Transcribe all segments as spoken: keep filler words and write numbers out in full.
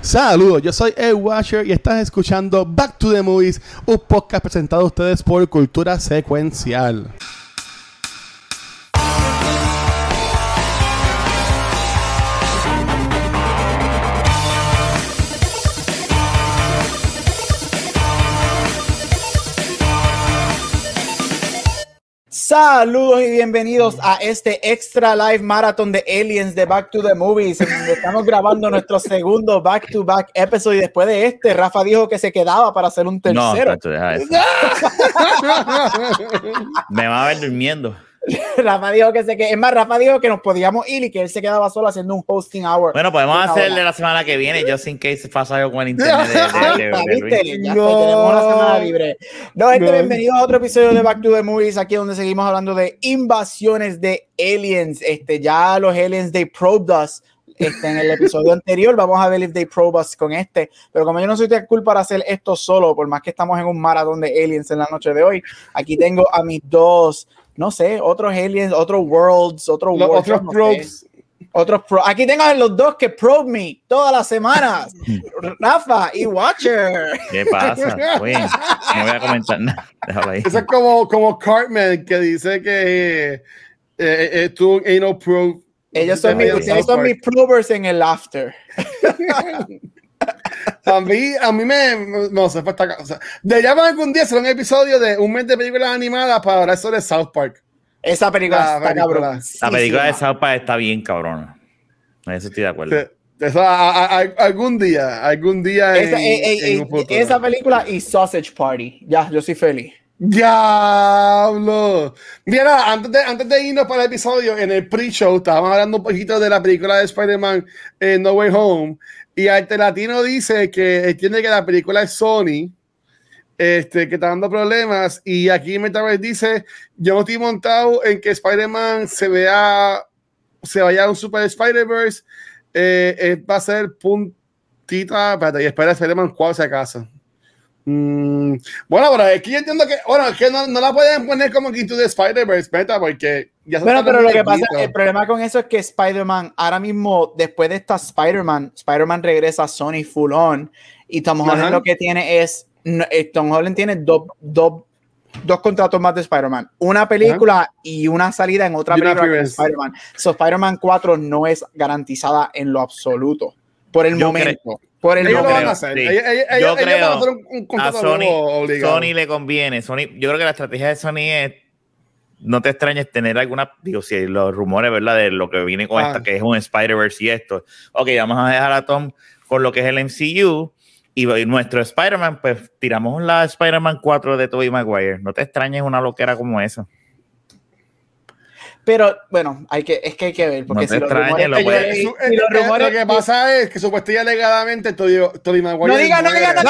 Saludos, yo soy Ed Washer y estás escuchando Back to the Movies, un podcast presentado a ustedes por Cultura Secuencial. Saludos y bienvenidos a este extra live marathon de Aliens de Back to the Movies, en donde estamos grabando nuestro segundo back to back episodio. Y después de este, Rafa dijo que se quedaba para hacer un tercero. No, deja eso. Me va a ver durmiendo. Rafa dijo que se que es más, Rafa dijo que nos podíamos ir y que él se quedaba solo haciendo un hosting hour. Bueno, podemos hacerle la semana que viene, yo sin que se pasa algo con el internet. De, de, de, de ¿Viste? Ya no. Tenemos una semana libre. No, gente, no. Bienvenidos a otro episodio de Back to the Movies, aquí donde seguimos hablando de invasiones de aliens. Este, ya los aliens they probed us. Este, en el episodio anterior vamos a ver if they probe us con este, pero como yo no soy tan cool para hacer esto solo, por más que estamos en un maratón de aliens en la noche de hoy, aquí tengo a mis dos, no sé, otros aliens, otros worlds, otros los, worlds, otros no probes. Sé. Otros pro aquí tengo a los dos que probe me todas las semanas, Rafa y Watcher. ¿Qué pasa? Uy, no voy a comentar nada. Déjalo ahí. Eso es como, como Cartman, que dice que eh, eh, tú ain't no probe. Ellos son, mis, ustedes son mis probers en el after. a mí, a mí me, no sé, fue esta cosa. Deberíamos algún día hacer un episodio de un mes de películas animadas para hablar sobre South Park. Esa película la está película. cabrón. La película sí, de South Park está bien cabrona. En eso estoy de acuerdo. Eso, a, a, a, algún día, algún día. Esa, en, eh, eh, en un futuro. Esa película y Sausage Party. Ya, yo soy feliz. ¡Diablo! Mira, antes de, antes de irnos para el episodio, en el pre-show estábamos hablando un poquito de la película de Spider-Man eh, No Way Home, y Arte Latino dice que entiende que la película es Sony, este, que está dando problemas, y aquí Metaverse dice, yo no estoy montado en que Spider-Man se vea, se vaya a un Super Spider-Verse, eh, eh, va a ser puntita, espérate, y espera Spider-Man cuatro si acaso. Mm, bueno, pero es que yo entiendo que, bueno, es que no, no la pueden poner como Into the Spider-Verse, beta, porque ya se bueno, pero lo que pasa, poquito. el problema con eso es que Spider-Man, ahora mismo, después de esta Spider-Man, Spider-Man regresa a Sony full on, y Tom Holland Ajá. lo que tiene es, Tom Holland tiene dos, dos, dos contratos más de Spider-Man, una película Ajá. y una salida en otra y película de Spider-Man. So, Spider-Man cuatro no es garantizada en lo absoluto, por el yo momento. Creo. Por el yo momento. creo, van a hacer. Sí. Ella, ella, yo ella, creo ella a hacer un, un a Sony, Sony le conviene. Sony, yo creo que la estrategia de Sony es, no te extrañes tener alguna, digo, si los rumores, ¿verdad? De lo que viene con ah. esta, que es un Spider-Verse y esto. Ok, vamos a dejar a Tom con lo que es el M C U y nuestro Spider-Man, pues tiramos la Spider-Man cuatro de Tobey Maguire. No te extrañes una loquera como esa. Pero bueno, hay que, es que hay que ver, porque no si los rumores, lo, puede... si, si los rumores, lo que pasa es que supuestamente alegadamente Tobey Maguire no diga, no diga, no.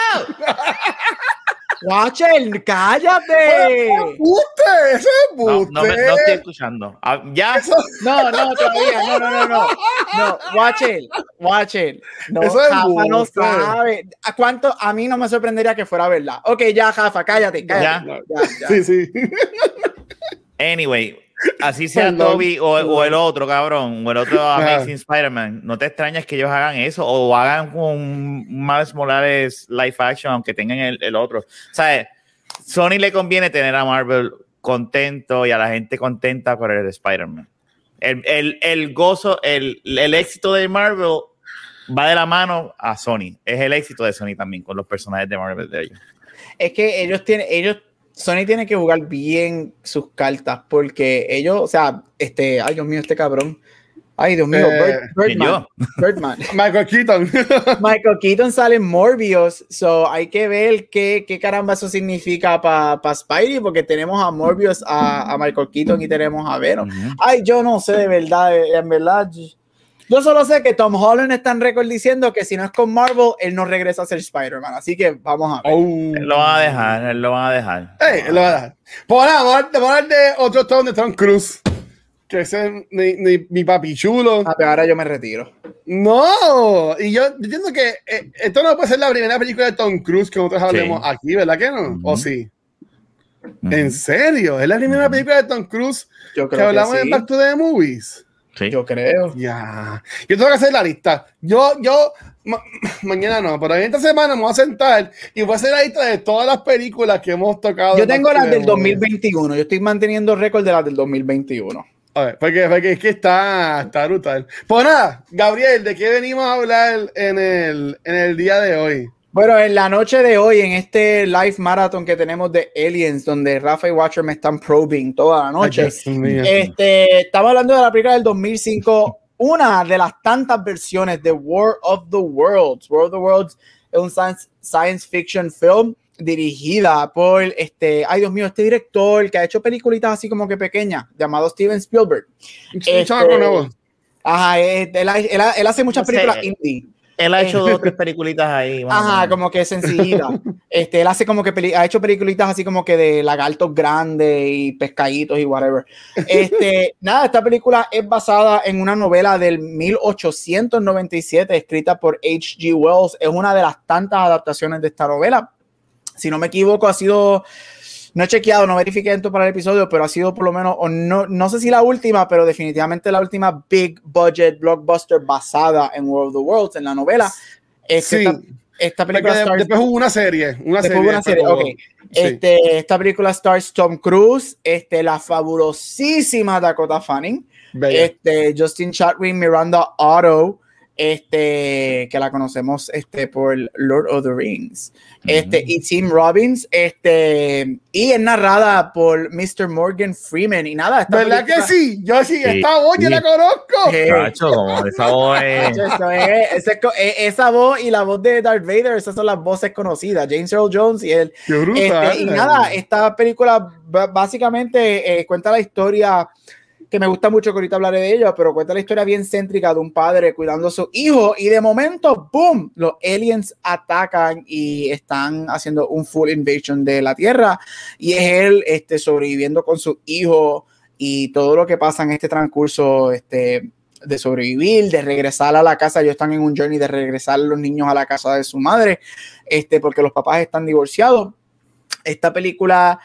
Watcher, cállate. ¡Buste! ¡Eso es buste! No, no, me, no estoy escuchando. ¿Ya? Eso... No, no, todavía. No, no, no, no. No, Watcher, Watcher. No, eso es Jafa buste. no sabe. ¿A cuánto? A mí no me sorprendería que fuera verdad. Ok, ya, Jafa, cállate, cállate. ¿Ya? Ya, ya. Sí, sí. Anyway, así sea Toby o, o el otro, cabrón, o el otro Amazing Spider-Man, no te extrañas que ellos hagan eso o hagan un Miles Morales live action, aunque tengan el, el otro. O sea, Sony le conviene tener a Marvel contento y a la gente contenta por el Spider-Man. El, el, el gozo, el, el éxito de Marvel va de la mano a Sony. Es el éxito de Sony también con los personajes de Marvel de ellos. Es que ellos tienen, ellos Sony tiene que jugar bien sus cartas porque ellos, o sea, este, ay Dios mío, este cabrón, ay Dios mío, eh, Bird, Birdman, Birdman. Michael Keaton. Michael Keaton sale en Morbius, so hay que ver qué, qué caramba eso significa para pa Spidey, porque tenemos a Morbius, a, a Michael Keaton y tenemos a Venom. Uh-huh. Ay, yo no sé de verdad, en verdad. Yo solo sé que Tom Holland está en récord diciendo que si no es con Marvel, él no regresa a ser Spider-Man. Así que vamos a ver. Oh. Él lo van a dejar, él lo van a dejar. Hey, él lo va a dejar. Pues nada, vamos a hablar de otro Tom de Tom Cruise. Que ese es mi, mi, mi papi chulo. Ah, pero ahora yo me retiro. No, y yo entiendo que eh, esto no puede ser la primera película de Tom Cruise que nosotros hablemos sí. aquí, ¿verdad que no? Uh-huh. ¿O sí? Uh-huh. ¿En serio? ¿Es la primera uh-huh. película de Tom Cruise yo creo que hablamos que sí. en Back to the Movies? Sí. Yo creo. Ya. Yo tengo que hacer la lista. Yo, yo, ma mañana no, pero en esta semana me voy a sentar y voy a hacer la lista de todas las películas que hemos tocado. Yo tengo las del dos mil veintiuno, yo estoy manteniendo récord de las del dos mil veintiuno. A ver, porque, porque es que está, está brutal. Pues nada, Gabriel, ¿de qué venimos a hablar en el, en el día de hoy? Bueno, en la noche de hoy, en este live marathon que tenemos de Aliens, donde Rafa y Watcher me están probing toda la noche, Ay, este, estamos hablando de la película del dos mil cinco, una de las tantas versiones de War of the Worlds. War of the Worlds es un science, science fiction film dirigida por este, ay Dios mío, este director que ha hecho peliculitas así como que pequeñas, llamado Steven Spielberg. Este, ajá, él, él, él, él hace muchas no sé. películas indie. Él ha hecho dos o tres peliculitas ahí. Bueno, ajá, bueno. Como que sencillita. Este, él hace como que peli ha hecho peliculitas así como que de lagartos grandes y pescaditos y whatever. Este, nada, esta película es basada en una novela del mil ochocientos noventa y siete escrita por H G Wells. Es una de las tantas adaptaciones de esta novela. Si no me equivoco, ha sido... No he chequeado, no verifiqué esto para el episodio, pero ha sido por lo menos, o no, no sé si la última, pero definitivamente la última big budget blockbuster basada en War of the Worlds, en la novela. Este, sí. Esta, esta película de, stars, después hubo una serie. Una después serie, una serie, ok. Sí. Este, esta película stars Tom Cruise, este, la fabulosísima Dakota Fanning, este, Justin Chatwin, Miranda Otto, este, que la conocemos este, por Lord of the Rings, este, mm. y Tim Robbins, este, y es narrada por mister Morgan Freeman, y nada, esta ¿verdad película, que sí? Yo sí, sí. esta voz sí. yo la conozco. Hey. Cacho, como esa voz es... Eso es, esa, esa voz y la voz de Darth Vader, esas son las voces conocidas, James Earl Jones y él. Qué brutal. Este, y nada, esta película básicamente eh, cuenta la historia que me gusta mucho, que ahorita hablaré de ella, pero cuenta la historia bien céntrica de un padre cuidando a su hijo y de momento, ¡boom!, los aliens atacan y están haciendo un full invasion de la Tierra y es él este, sobreviviendo con su hijo y todo lo que pasa en este transcurso este, de sobrevivir, de regresar a la casa. Ellos están en un journey de regresar los niños a la casa de su madre, este, porque los papás están divorciados. Esta película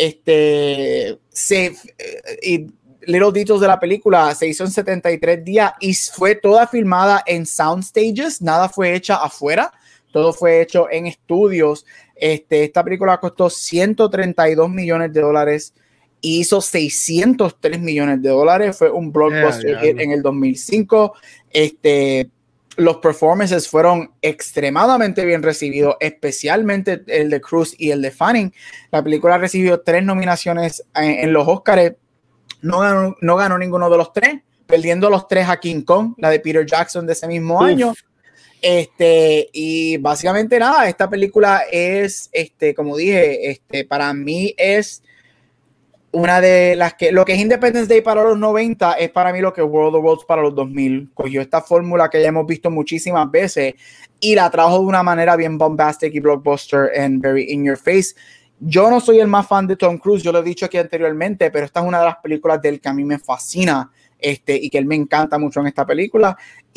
este, se... y little details de la película, se hizo en setenta y tres días y fue toda filmada en sound stages, nada fue hecha afuera, todo fue hecho en estudios. Este, esta película costó ciento treinta y dos millones de dólares y hizo seiscientos tres millones de dólares, fue un blockbuster yeah, yeah. hit en el dos mil cinco. Este, los performances fueron extremadamente bien recibidos, especialmente el de Cruise y el de Fanning. La película recibió tres nominaciones en, en los Oscars. No ganó, no ganó ninguno de los tres, perdiendo los tres a King Kong, la de Peter Jackson de ese mismo Uf. año. Este, y básicamente nada, esta película es, este, como dije, este, para mí es una de las que, lo que es Independence Day para los noventa, es para mí lo que es World of Worlds para los dos mil. Cogió esta fórmula que ya hemos visto muchísimas veces y la trajo de una manera bien bombastic y blockbuster and very in your face. Yo no soy el más fan de Tom Cruise, yo lo he dicho aquí anteriormente, pero esta es una de las películas del que a mí me fascina este, y que él me encanta mucho en esta película.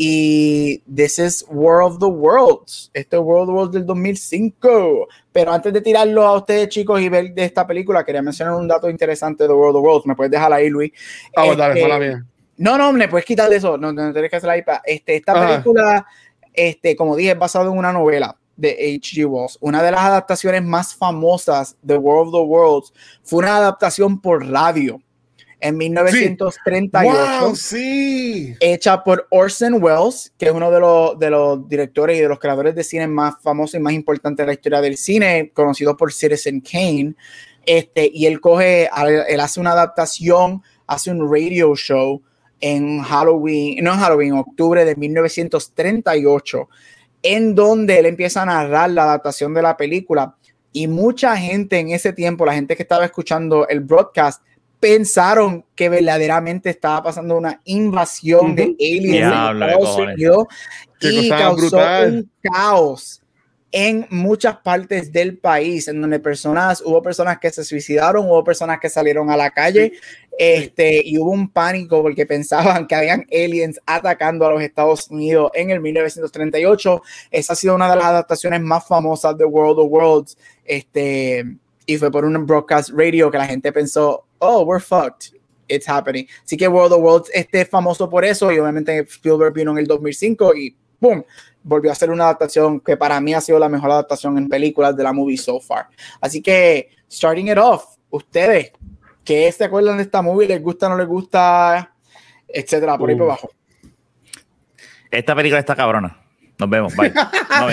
Y this is War of the Worlds. Este es World of the Worlds del dos mil cinco. Pero antes de tirarlo a ustedes, chicos, y ver de esta película, quería mencionar un dato interesante de World of the Worlds. ¿Me puedes dejar ahí, Luis? Ah, este, dale, dale, bien. No, no, me puedes quitar de eso. No, no tienes que hacer ahí. Este, esta Ajá. película, este, como dije, es basada en una novela de H G Wells. Una de las adaptaciones más famosas de War of the Worlds fue una adaptación por radio en mil novecientos treinta y ocho, sí. Wow, sí. hecha por Orson Welles, que es uno de los, de los directores y de los creadores de cine más famosos y más importantes de la historia del cine, conocido por Citizen Kane. Este, y él coge, él hace una adaptación, hace un radio show en Halloween, no en Halloween, en octubre de mil novecientos treinta y ocho, en donde él empieza a narrar la adaptación de la película y mucha gente en ese tiempo, la gente que estaba escuchando el broadcast, pensaron que verdaderamente estaba pasando una invasión uh-huh. de aliens Diablo, en Estados Unidos y causó brutal. un caos en muchas partes del país, en donde personas, hubo personas que se suicidaron, hubo personas que salieron a la calle, sí. este, y hubo un pánico porque pensaban que habían aliens atacando a los Estados Unidos en el mil novecientos treinta y ocho. Esa ha sido una de las adaptaciones más famosas de World of Worlds, este, y fue por un broadcast radio que la gente pensó, oh, we're fucked. It's happening. Así que World of Worlds este es famoso por eso, y obviamente Spielberg vino en el dos mil cinco y ¡boom! volvió a hacer una adaptación que para mí ha sido la mejor adaptación en películas de la movie so far. Así que, starting it off, ustedes, ¿qué se acuerdan de esta movie? ¿Les gusta, no les gusta? Etcétera, por uh. ahí por abajo. Esta película está cabrona. Nos vemos, bye. No,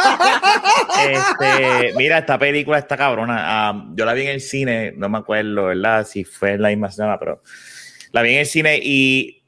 este, mira, esta película está cabrona. Um, yo la vi en el cine, no me acuerdo, ¿verdad? Si fue en la misma semana, pero la vi en el cine y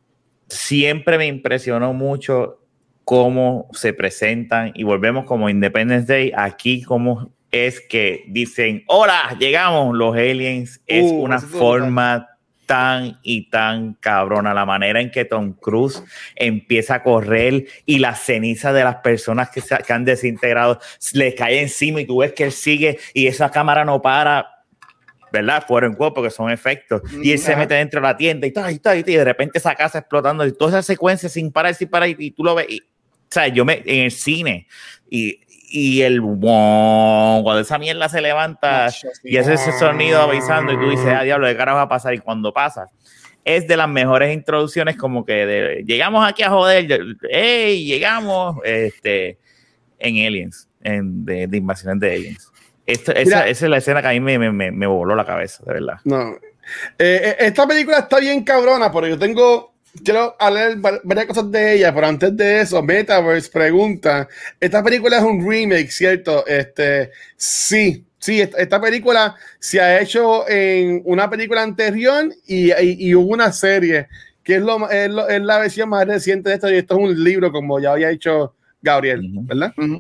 siempre me impresionó mucho cómo se presentan, y volvemos como Independence Day, aquí como es que dicen, hola, llegamos los aliens, es uh, una forma tan y tan cabrona, la manera en que Tom Cruise empieza a correr y las cenizas de las personas que, se, que han desintegrado le cae encima y tú ves que él sigue y esa cámara no para, ¿verdad? Fuera en cuerpo, porque son efectos, y él uh-huh. se mete dentro de la tienda y, ta, y, ta, y, ta, y de repente esa casa explotando y toda esa secuencia sin parar, sin parar y, y tú lo ves y, o sea, yo me, en el cine y y el wow, cuando esa mierda se levanta y hace ese sonido avisando y tú dices, ah, diablo, ¿qué carajo va a pasar? Y cuando pasa, es de las mejores introducciones, como que de, llegamos aquí a joder, hey, llegamos este, en Aliens, en, de, de invasiones de Aliens. Esto, esa, esa es la escena que a mí me, me, me voló la cabeza, de verdad. No. Eh, esta película está bien cabrona, pero yo tengo... Quiero hablar varias cosas de ella, pero antes de eso, Metaverse pregunta, esta película es un remake, ¿cierto? Este, sí, sí, esta, esta película se ha hecho en una película anterior y, y, y hubo una serie, que es, lo, es, lo, es la versión más reciente de esto, y esto es un libro, como ya había dicho Gabriel, ¿verdad? Uh-huh.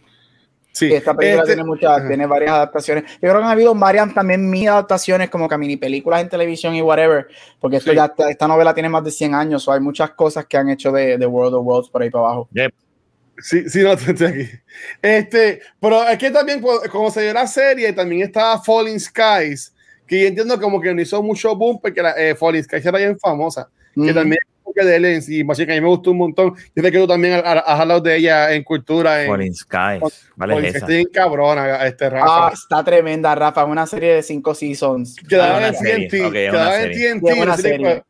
Sí, sí, esta película este, tiene muchas, uh-huh. tiene varias adaptaciones. Yo creo que han habido varias también mini adaptaciones, como que mini películas en televisión y whatever, porque esto sí. ya, esta novela tiene más de cien años, o hay muchas cosas que han hecho de, de World of Worlds por ahí para abajo. Yep. Sí, sí, no, estoy aquí. Este, pero es que también, como se dio la serie, también estaba Falling Skies, que yo entiendo como que no hizo mucho boom, porque la, eh, Falling Skies era bien famosa, mm-hmm. que también que de Aliens, y más que a mí me gustó un montón. Yo sé que tú también has hablado de ella en cultura. En Falling Skies, vale, Falling Skies, bien cabrona, este, Rafa. Ah, está tremenda, Rafa, una serie de cinco seasons. Quedaba en T N T, quedaba en T N T.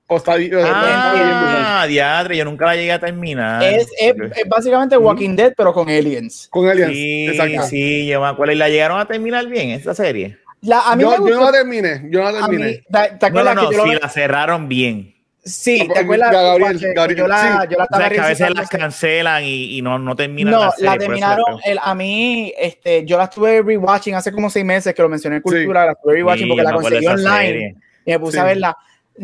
Ah, diadre, yo nunca la llegué a terminar. Es, es, es básicamente Walking mm-hmm. Dead, pero con aliens. Con aliens, sí, exacto. Sí, yo me acuerdo. ¿Y la llegaron a terminar bien, esta serie? La, a mí yo, me gustó, yo no la terminé, yo no la terminé. Mí, ¿te, te no, no, no, que yo sí, lo... la cerraron bien. Sí, ¿te acuerdas? Gabriel, Gabriel, yo la, sí. yo la estaba o sea, que a veces las cancelan y, y no, no terminan no, la serie. No, la terminaron, el, a mí, este, yo la estuve rewatching hace como seis meses, que lo mencioné en Cultura, sí. la estuve rewatching sí, porque la conseguí online serie. Y me puse sí. a verla.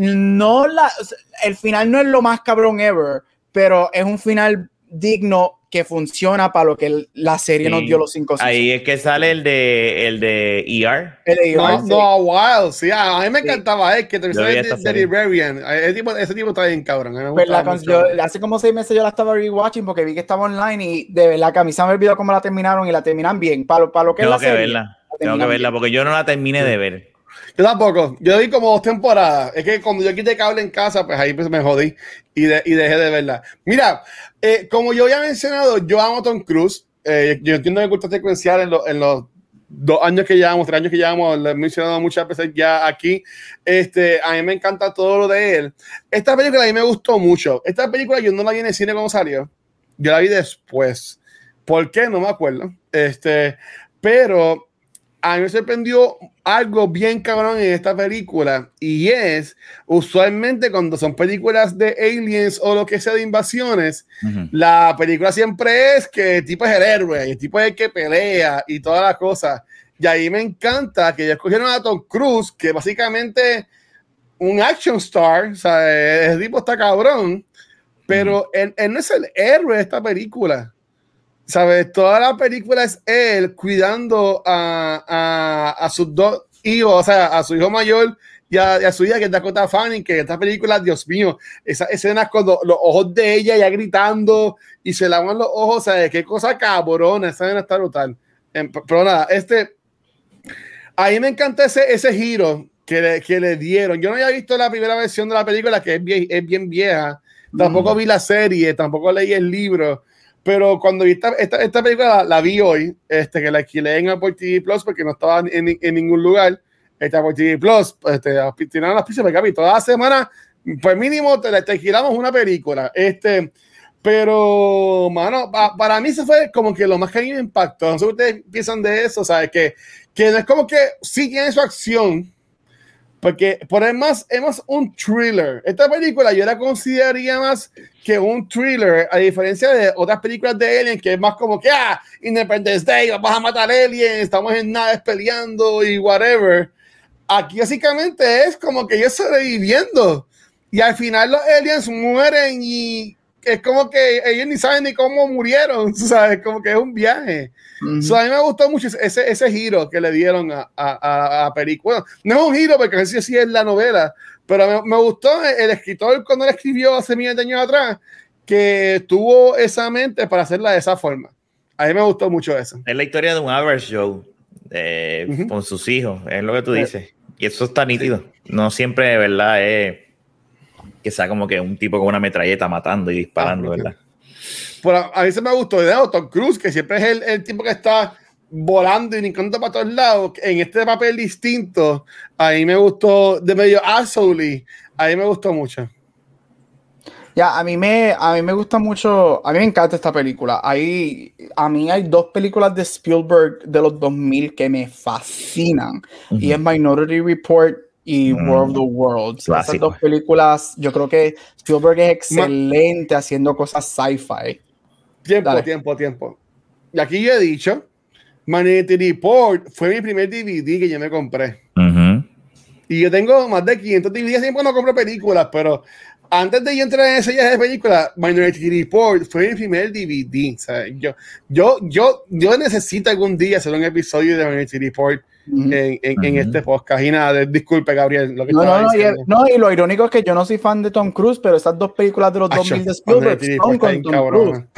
No la, el final no es lo más cabrón ever, pero es un final digno que funciona para lo que el, la serie sí. nos dio los cinco seasons. Ahí es que sale el de el de E R. El de E R no, sí. no, Wild, sí, a mí me encantaba sí. eh, que te de, de Librarian. Ese tipo, ese tipo está bien cabrón. Pues la, yo, hace como seis meses yo la estaba rewatching porque vi que estaba online y de verdad que a mí se me olvidó cómo la terminaron y la terminan bien. Para, para lo que Tengo es la que serie. Verla. Tengo que verla porque yo no la terminé de ver. Yo tampoco. Yo vi como dos temporadas. Es que cuando yo quité cable en casa, pues ahí pues me jodí y, de, y dejé de verla. Mira, eh, como yo había mencionado, yo amo a Tom Cruise. Eh, yo entiendo que cultura secuencial en, lo, en los dos años que llevamos, tres años que llevamos, lo he mencionado muchas veces ya aquí. Este, a mí me encanta todo lo de él. Esta película a mí me gustó mucho. Esta película yo no la vi en el cine cuando salió. Yo la vi después. ¿Por qué? No me acuerdo. Este, pero a mí me sorprendió algo bien cabrón en esta película, y es, usualmente cuando son películas de aliens o lo que sea de invasiones, uh-huh. la película siempre es que el tipo es el héroe, y el tipo es el que pelea y todas las cosas, y ahí me encanta que ya escogieron a Tom Cruise, que básicamente un action star, o sea, el tipo está cabrón, pero uh-huh. él, él no es el héroe de esta película. ¿Sabes? Toda la película es él cuidando a, a, a sus dos hijos, o sea, a su hijo mayor y a, y a su hija, que es Dakota Fanning, que esta película, Dios mío, esas escenas con lo, los ojos de ella ya gritando y se lavan los ojos, ¿sabes? Qué cosa cabrona, esa escena está brutal. Pero nada, este, a mí me encanta ese, ese giro que le, que le dieron. Yo no había visto la primera versión de la película, que es bien, es bien vieja, tampoco mm. vi la serie, tampoco leí el libro. Pero cuando vi esta, esta, esta película, la, la vi hoy, este, que la alquilé en Apple T V Plus porque no estaba en, en ningún lugar. Este, Apple T V Plus, este, tiraron las pizzas, porque toda la semana, pues mínimo, te, te alquilamos una película. Este, Pero, mano, pa, para mí se fue como que lo más que a mí me impactó. No sé si ustedes piensan de eso, ¿sabes? Que, que no es como que sí tiene su acción, porque por el más es más un thriller. Esta película yo la consideraría más que un thriller, a diferencia de otras películas de Alien, que es más como que, ah, Independence Day, vamos a matar aliens, estamos en naves peleando y whatever. Aquí básicamente es como que ellos sobreviviendo. Y al final los aliens mueren y es como que ellos ni saben ni cómo murieron, ¿sabes? Como que es un viaje. Uh-huh. So, a mí me gustó mucho ese, ese giro que le dieron a, a, a película. Bueno, no es un giro porque así sí es la novela, pero me, me gustó el escritor cuando la escribió hace miles de años atrás, que tuvo esa mente para hacerla de esa forma. A mí me gustó mucho eso. Es la historia de un average Joe eh, uh-huh. con sus hijos, es lo que tú dices. Sí. Y eso está nítido. No siempre, de verdad, es que sea como que un tipo con una metralleta matando y disparando, ah, ¿verdad? Por a, a mí se me gustó de Tom Cruise, que siempre es el, el tipo que está volando y brincando para todos lados. En este papel distinto, a mí me gustó de medio absolutely. A mí me gustó mucho. Ya, a mí me, a mí me gusta mucho, a mí me encanta esta película. Hay, a mí hay dos películas de Spielberg de los dos mil que me fascinan. Uh-huh. Y es Minority Report y mm. War of the Worlds. Clásico. Esas dos películas, yo creo que Spielberg es excelente Ma- haciendo cosas sci-fi. Tiempo, Dale. tiempo, tiempo. Y aquí yo he dicho, Minority Report fue mi primer D V D que yo me compré. Uh-huh. Y yo tengo más de quinientos D V Ds, siempre no compro películas, pero antes de yo entrar en ese viaje de película, Minority Report fue mi primer D V D. O sea, yo, yo, yo, yo necesito algún día hacer un episodio de Minority Report uh-huh. en, en, uh-huh. en este podcast. Y nada, disculpe, Gabriel, lo que no, estaba no, diciendo. Y, no, y lo irónico es que yo no soy fan de Tom Cruise, pero esas dos películas de los Acho, dos mil de Spielberg son con Tom cabrón. Cruise.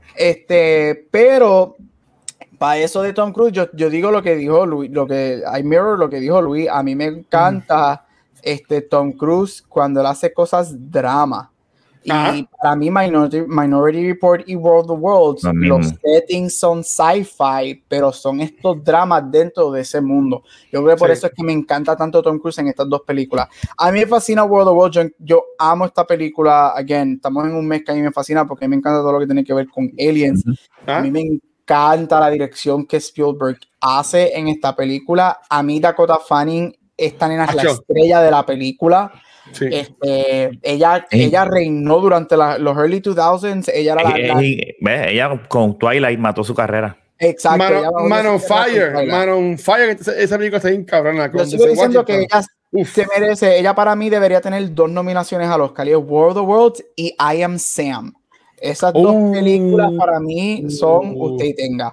Este, pero para eso de Tom Cruise, yo, yo digo lo que dijo Luis, lo que I mirror lo que dijo Luis. A mí me encanta mm. este Tom Cruise cuando él hace cosas drama. Ajá. Y para mí Minority, Minority Report y World of the Worlds, no, los settings son sci-fi, pero son estos dramas dentro de ese mundo. Yo creo que por sí. eso es que me encanta tanto Tom Cruise en estas dos películas. A mí me fascina World of the Worlds. Yo, yo amo esta película. Again, estamos en un mes que a mí me fascina porque a mí me encanta todo lo que tiene que ver con aliens. ¿Ah? A mí me encanta la dirección que Spielberg hace en esta película. A mí Dakota Fanning, esta nena es la estrella de la película. Sí. Este, ella, sí. ella reinó durante la, los early two thousands. Ella era la, la... Ella, ella con Twilight mató su carrera. Exacto. Man, Man on Fire. Man on Fire. Esa película está bien cabrona. Yo sigo diciendo que ella Uf. se merece. Ella para mí debería tener dos nominaciones al Oscar. World of the Worlds y I Am Sam. Esas uh, dos películas para mí son uh. usted y tenga.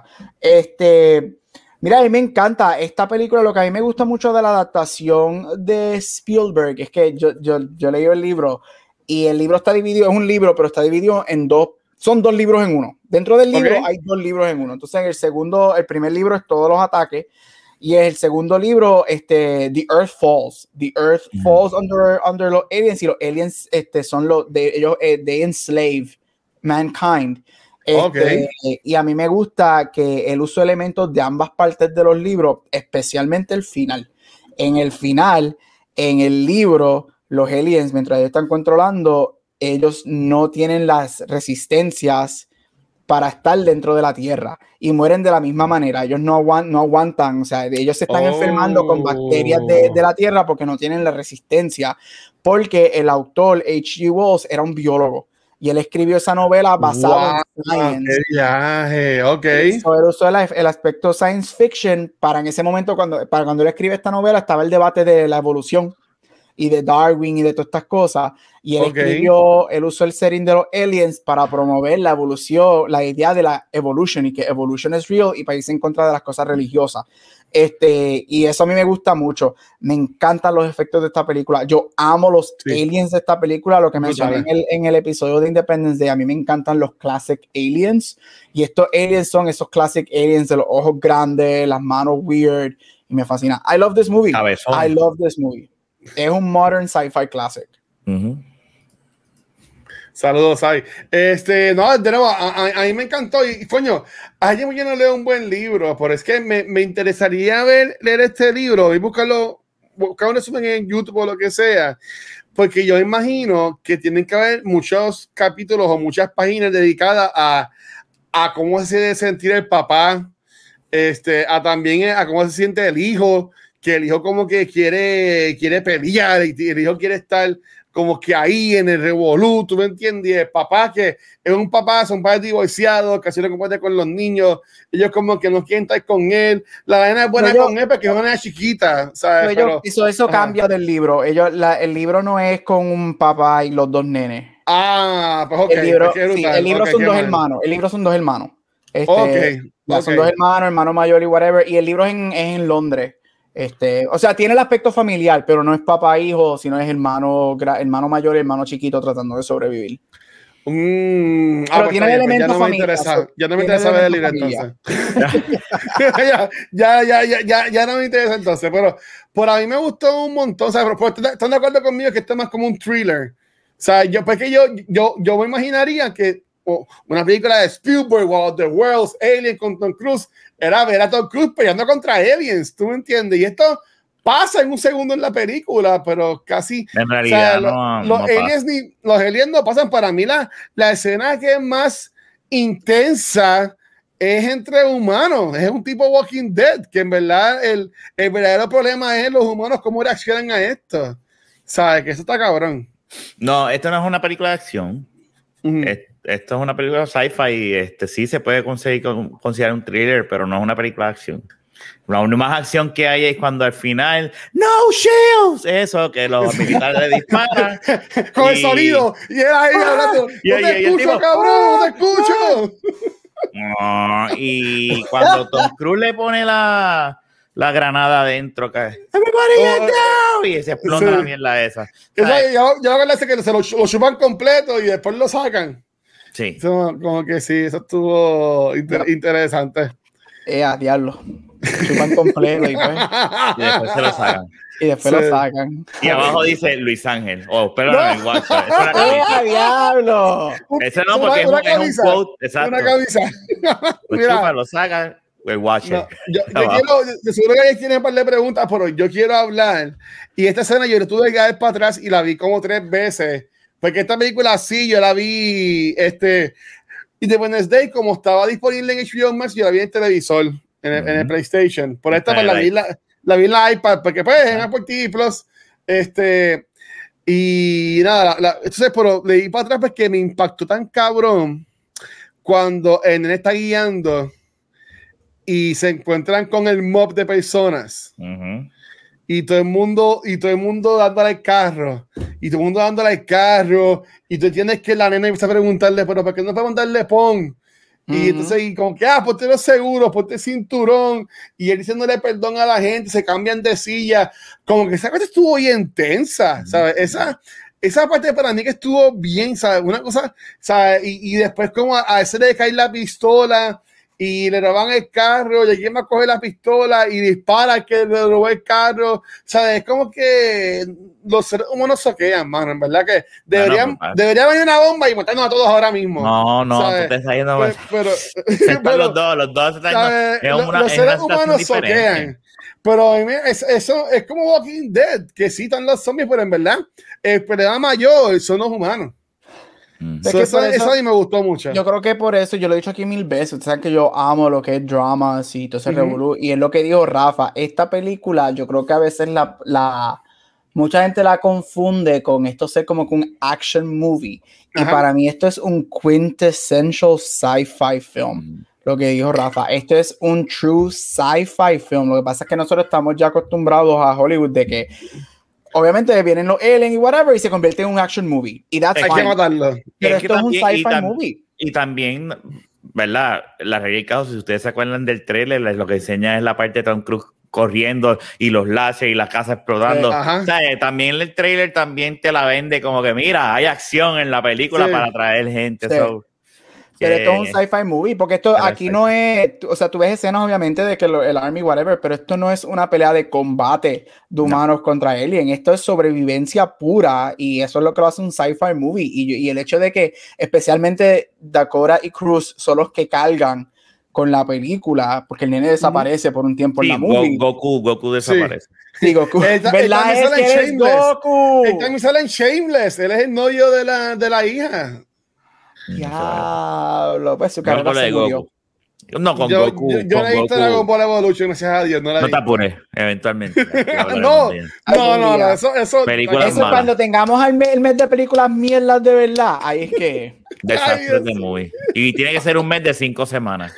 Este. Mira, a mí me encanta esta película. Lo que a mí me gusta mucho de la adaptación de Spielberg es que yo, yo, yo leí el libro y el libro está dividido, es un libro, pero está dividido en dos, son dos libros en uno. Dentro del libro okay. hay dos libros en uno. Entonces, en el segundo, el primer libro es todos los ataques y el segundo libro, este, The Earth Falls. The Earth mm. Falls under, under los aliens y los aliens este, son los, de ellos, eh, they enslave mankind. Este, okay. Y a mí me gusta que él usó elementos de ambas partes de los libros, especialmente el final. En el final, en el libro, los aliens, mientras ellos están controlando, ellos no tienen las resistencias para estar dentro de la Tierra y mueren de la misma manera. Ellos no, aguant, no aguantan, o sea, ellos se están oh. enfermando con bacterias de, de la Tierra porque no tienen la resistencia, porque el autor H G Wells era un biólogo. Y él escribió esa novela basada wow, en science. ¡Qué viaje! Ok. Eso, él usó el, el aspecto science fiction para en ese momento, cuando, para cuando él escribe esta novela, estaba el debate de la evolución y de Darwin y de todas estas cosas. Y él okay. escribió, él usó el setting de los aliens para promover la evolución, la idea de la evolution y que evolution es real y para irse en contra de las cosas religiosas. Este, y eso a mí me gusta mucho. Me encantan los efectos de esta película. Yo amo los sí. aliens de esta película. Lo que mencioné en el, en el episodio de Independence Day, a mí me encantan los classic aliens. Y estos aliens son esos classic aliens de los ojos grandes, las manos weird. Y me fascina. I love this movie. Cabezón. I love this movie. Es un modern sci-fi classic. Uh-huh. Saludos, Sai. Este, no, de nuevo, a, a, a mí me encantó. Y, coño, ayer yo no leo un buen libro, pero es que me, me interesaría ver, leer este libro y buscarlo buscar un resumen en YouTube o lo que sea, porque yo imagino que tienen que haber muchos capítulos o muchas páginas dedicadas a, a cómo se debe sentir el papá, este, a también a cómo se siente el hijo, que el hijo como que quiere, quiere pelear y el hijo quiere estar como que ahí en el revolú, ¿tú me entiendes? Y el papá que es un papá, son padres divorciados, casi no comparte con los niños, ellos como que no quieren estar con él, la nena es buena yo, con él porque es una nena chiquita, ¿sabes? Yo, Pero, eso eso cambia del libro, ellos, la, el libro no es con un papá y los dos nenes. Ah, pues ok. El libro, sí, el libro okay, son dos mal. hermanos, el libro son dos hermanos. Este, okay, okay. Son dos hermanos, hermano mayor y whatever, y el libro es en, es en Londres. Este, o sea, tiene el aspecto familiar, pero no es papá hijo, sino es hermano, hermano mayor y hermano chiquito tratando de sobrevivir. Mm, pero ah, pues tiene elementos ya no me interesa, ya no me interesa ver el libro entonces. ya, ya, ya, ya, ya, ya no me interesa entonces, pero por a mí me gustó un montón, o sea, pero, pero, ¿están de acuerdo conmigo que esto es más como un thriller? O sea, yo, porque yo, yo, yo me imaginaría que oh, una película de Spielberg, War of the Worlds, Alien con Tom Cruise, era ver a Tom Cruise peleando contra aliens, ¿tú me entiendes? Y esto pasa en un segundo en la película, pero casi... En realidad, o sea, no, lo, los, no aliens ni, los aliens no pasan. Para mí la, la escena que es más intensa es entre humanos, es un tipo Walking Dead, que en verdad el, el verdadero problema es los humanos, cómo reaccionan a esto. ¿Sabes? Que eso está cabrón. No, esto no es una película de acción. Uh-huh. es, esto es una película de sci-fi. Este, sí se puede conseguir considerar un thriller, pero no es una película de acción. La única más acción que hay es cuando al final ¡No shields! Eso, que los militares le disparan. Con y... el sonido. Y él ahí hablando. Y, ¡No y, te y escucho, tipo, cabrón! ¡No te escucho! No, y cuando Tom Cruise le pone la, la granada adentro, cae. ¡Everybody get down! Y se explota sí. la mierda esa. Eso, ya, ya lo que se lo, lo chupan completo y después lo sacan. Sí. Eso, como que sí, eso estuvo inter, interesante. Eh, a diablo. Chupan completo y, pues, y después se lo sacan. Y después sí. lo sacan. Y abajo dice Luis Ángel. Oh, perdóname, no. Watcher. Es una camisa. ¡Eh, diablo! Eso no, porque una, es, una es un quote. Exacto. Una camisa. Lo chupan, lo sacan. El Watcher. No, yo, yo quiero, de seguro que hay tienen un par de preguntas, pero yo quiero hablar. Y esta escena yo le tuve que dar para atrás y la vi como tres veces. Porque esta película sí, yo la vi. Este. Independence Day, como estaba disponible en H B O Max, yo la vi en el televisor, en el, uh-huh. en el PlayStation. Por esta, pues, la, vi la, la vi en la iPad, porque pues uh-huh. en Apple T V Plus, este, y nada, la, la, entonces, pero le di para atrás porque me impactó tan cabrón cuando el nene está guiando y se encuentran con el mob de personas. Uh-huh. Y todo el mundo, y todo el mundo dándole el carro, y todo el mundo dándole el carro, y tú entiendes que la nena empieza a preguntarle, pero ¿por qué no podemos darle pon? Y uh-huh. entonces, y como que, ah, ponte los seguros, ponte cinturón, y él diciéndole perdón a la gente, se cambian de silla, como que esa parte estuvo bien tensa, uh-huh. ¿sabes? Esa, esa parte para mí que estuvo bien, ¿sabes? Una cosa, ¿sabes? Y, y después como a, a ese le cae la pistola, y le roban el carro, y alguien va a coger la pistola y dispara al que le robó el carro. ¿Sabes? Es como que los seres humanos soquean, mano. En verdad que deberían, no, no, debería venir una bomba y matarnos a todos ahora mismo. No, no, ¿sabes? tú te estás yendo. Pues, pero, pero los dos, los dos se están yendo. Los, una, los seres humanos soquean. Pero es, eso es como Walking Dead, que citan los zombies, pero en verdad el problema mayor son los humanos. Mm. So, eso, eso, eso a mí me gustó mucho. Yo creo que por eso, yo lo he dicho aquí mil veces, ustedes saben que yo amo lo que es dramas y todo ese uh-huh. revolú, y es lo que dijo Rafa, esta película yo creo que a veces la, la mucha gente la confunde con esto ser como que un action movie, y uh-huh. para mí esto es un quintessential sci-fi film. Uh-huh. Lo que dijo Rafa, esto es un true sci-fi film. Lo que pasa es que nosotros estamos ya acostumbrados a Hollywood de que obviamente vienen los aliens y whatever y se convierte en un action movie. Y that's hay fine. que matarlo. Pero es esto también, es un sci-fi y tam- movie. Y también, ¿verdad? La realidad del caso, si ustedes se acuerdan del trailer, lo que enseña es la parte de Tom Cruise corriendo y los láseres y la casa explotando. Eh, o sea, también el trailer también te la vende como que, mira, hay acción en la película sí. para atraer gente. Sí. So, pero esto es un sci-fi movie, porque esto aquí no es, o sea, tú ves escenas obviamente de que lo, el Army, whatever, pero esto no es una pelea de combate de humanos no. contra alien, esto es sobrevivencia pura, y eso es lo que lo hace un sci-fi movie, y, y el hecho de que especialmente Dakota y Cruz son los que cargan con la película, porque el nene desaparece uh-huh. por un tiempo sí, en la movie. Goku, Goku desaparece. Sí. Sí, Goku. Esta, ¿Verdad es que eres Goku? Él también sale en Shameless. Él es el novio de la, de la hija. Diablo, pues su carrera se murió. No, con yo, Goku. Yo, yo no he visto Dragon Ball Evolution, gracias a Dios. No, la no te apures, eventualmente. no, no, no, no, eso, eso, películas eso cuando tengamos el mes, el mes de películas mierdas de verdad, ahí es que... Desastre de movie. Y tiene que ser un mes de cinco semanas.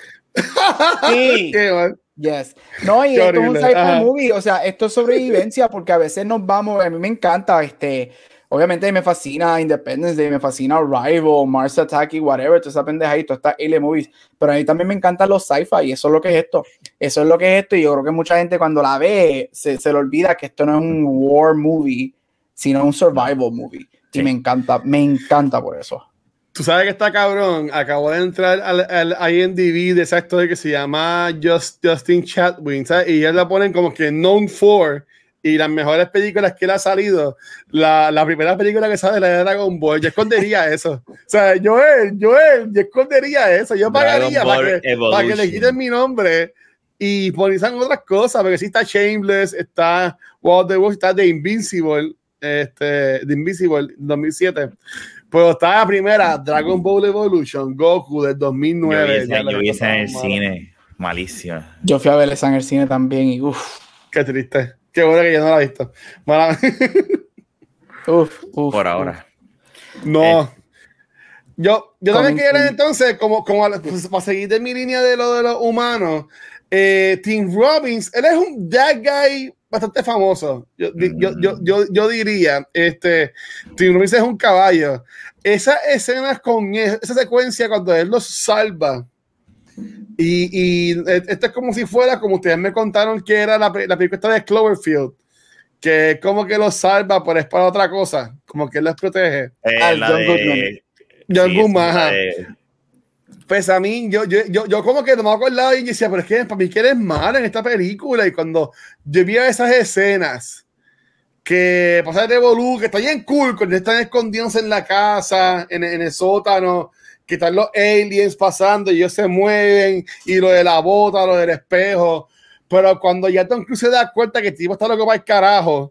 Sí. Qué mal. Yes. No, y Qué esto horrible. es un sci-fi Ajá. movie, o sea, esto es sobrevivencia porque a veces nos vamos, a mí me encanta, este, obviamente me fascina Independence Day, me fascina Arrival, Mars Attack y whatever, toda esa pendejadita, estas Alien movies, pero a mí también me encantan los sci-fi y eso es lo que es esto, eso es lo que es esto y yo creo que mucha gente cuando la ve se, se le olvida que esto no es un war movie, sino un survival movie y Sí. me encanta, me encanta por eso. Tú sabes que está cabrón. Acabo de entrar al, al I M D B de esa actor que se llama Just, Justin Chatwin, ¿sabes? Y él la ponen como que known for. Y las mejores películas que él ha salido, la, la primera película que sale la de Dragon Ball, yo escondería eso. O sea, Joel, Joel, yo escondería eso. Yo pagaría para que, para que le quiten mi nombre y ponían otras cosas, porque sí está Shameless, está World of the World, está The Invincible, este, The Invisible dos mil siete. Pero está la primera, Dragon Ball Evolution, Goku del dos mil nueve. Yo vi esa en el cine, malísima. Yo fui a ver esa en el cine también y uff. Qué triste. Qué bueno que yo no la he visto. Mala... uf, uf, Por ahora. No. Eh. Yo, yo también Coming quería soon. entonces, como, como pues, para seguir de mi línea de lo de los humanos, eh, Tim Robbins, él es un bad guy bastante famoso. Yo, Mm. yo, yo, yo, yo diría, este, Tim Robbins es un caballo. Esas escenas con él, esa secuencia cuando él los salva. Y, y esto es como si fuera, como ustedes me contaron que era la, la película de Cloverfield, que como que los salva, pero es para otra cosa, como que él los protege. Eh, Ah, la John de, Goodman. John sí, Goodman, la ajá. de- Pues a mí, yo, yo, yo, yo como que no me acordaba y decía, pero es que para mí que eres malo en esta película. Y cuando yo vi esas escenas que pasa de Revolú, que está bien cool, cuando están escondiéndose en la casa, en, en el sótano, que están los aliens pasando y ellos se mueven, y lo de la bota, lo del espejo. Pero cuando ya Tom Cruise se da cuenta que el tipo está loco para el carajo,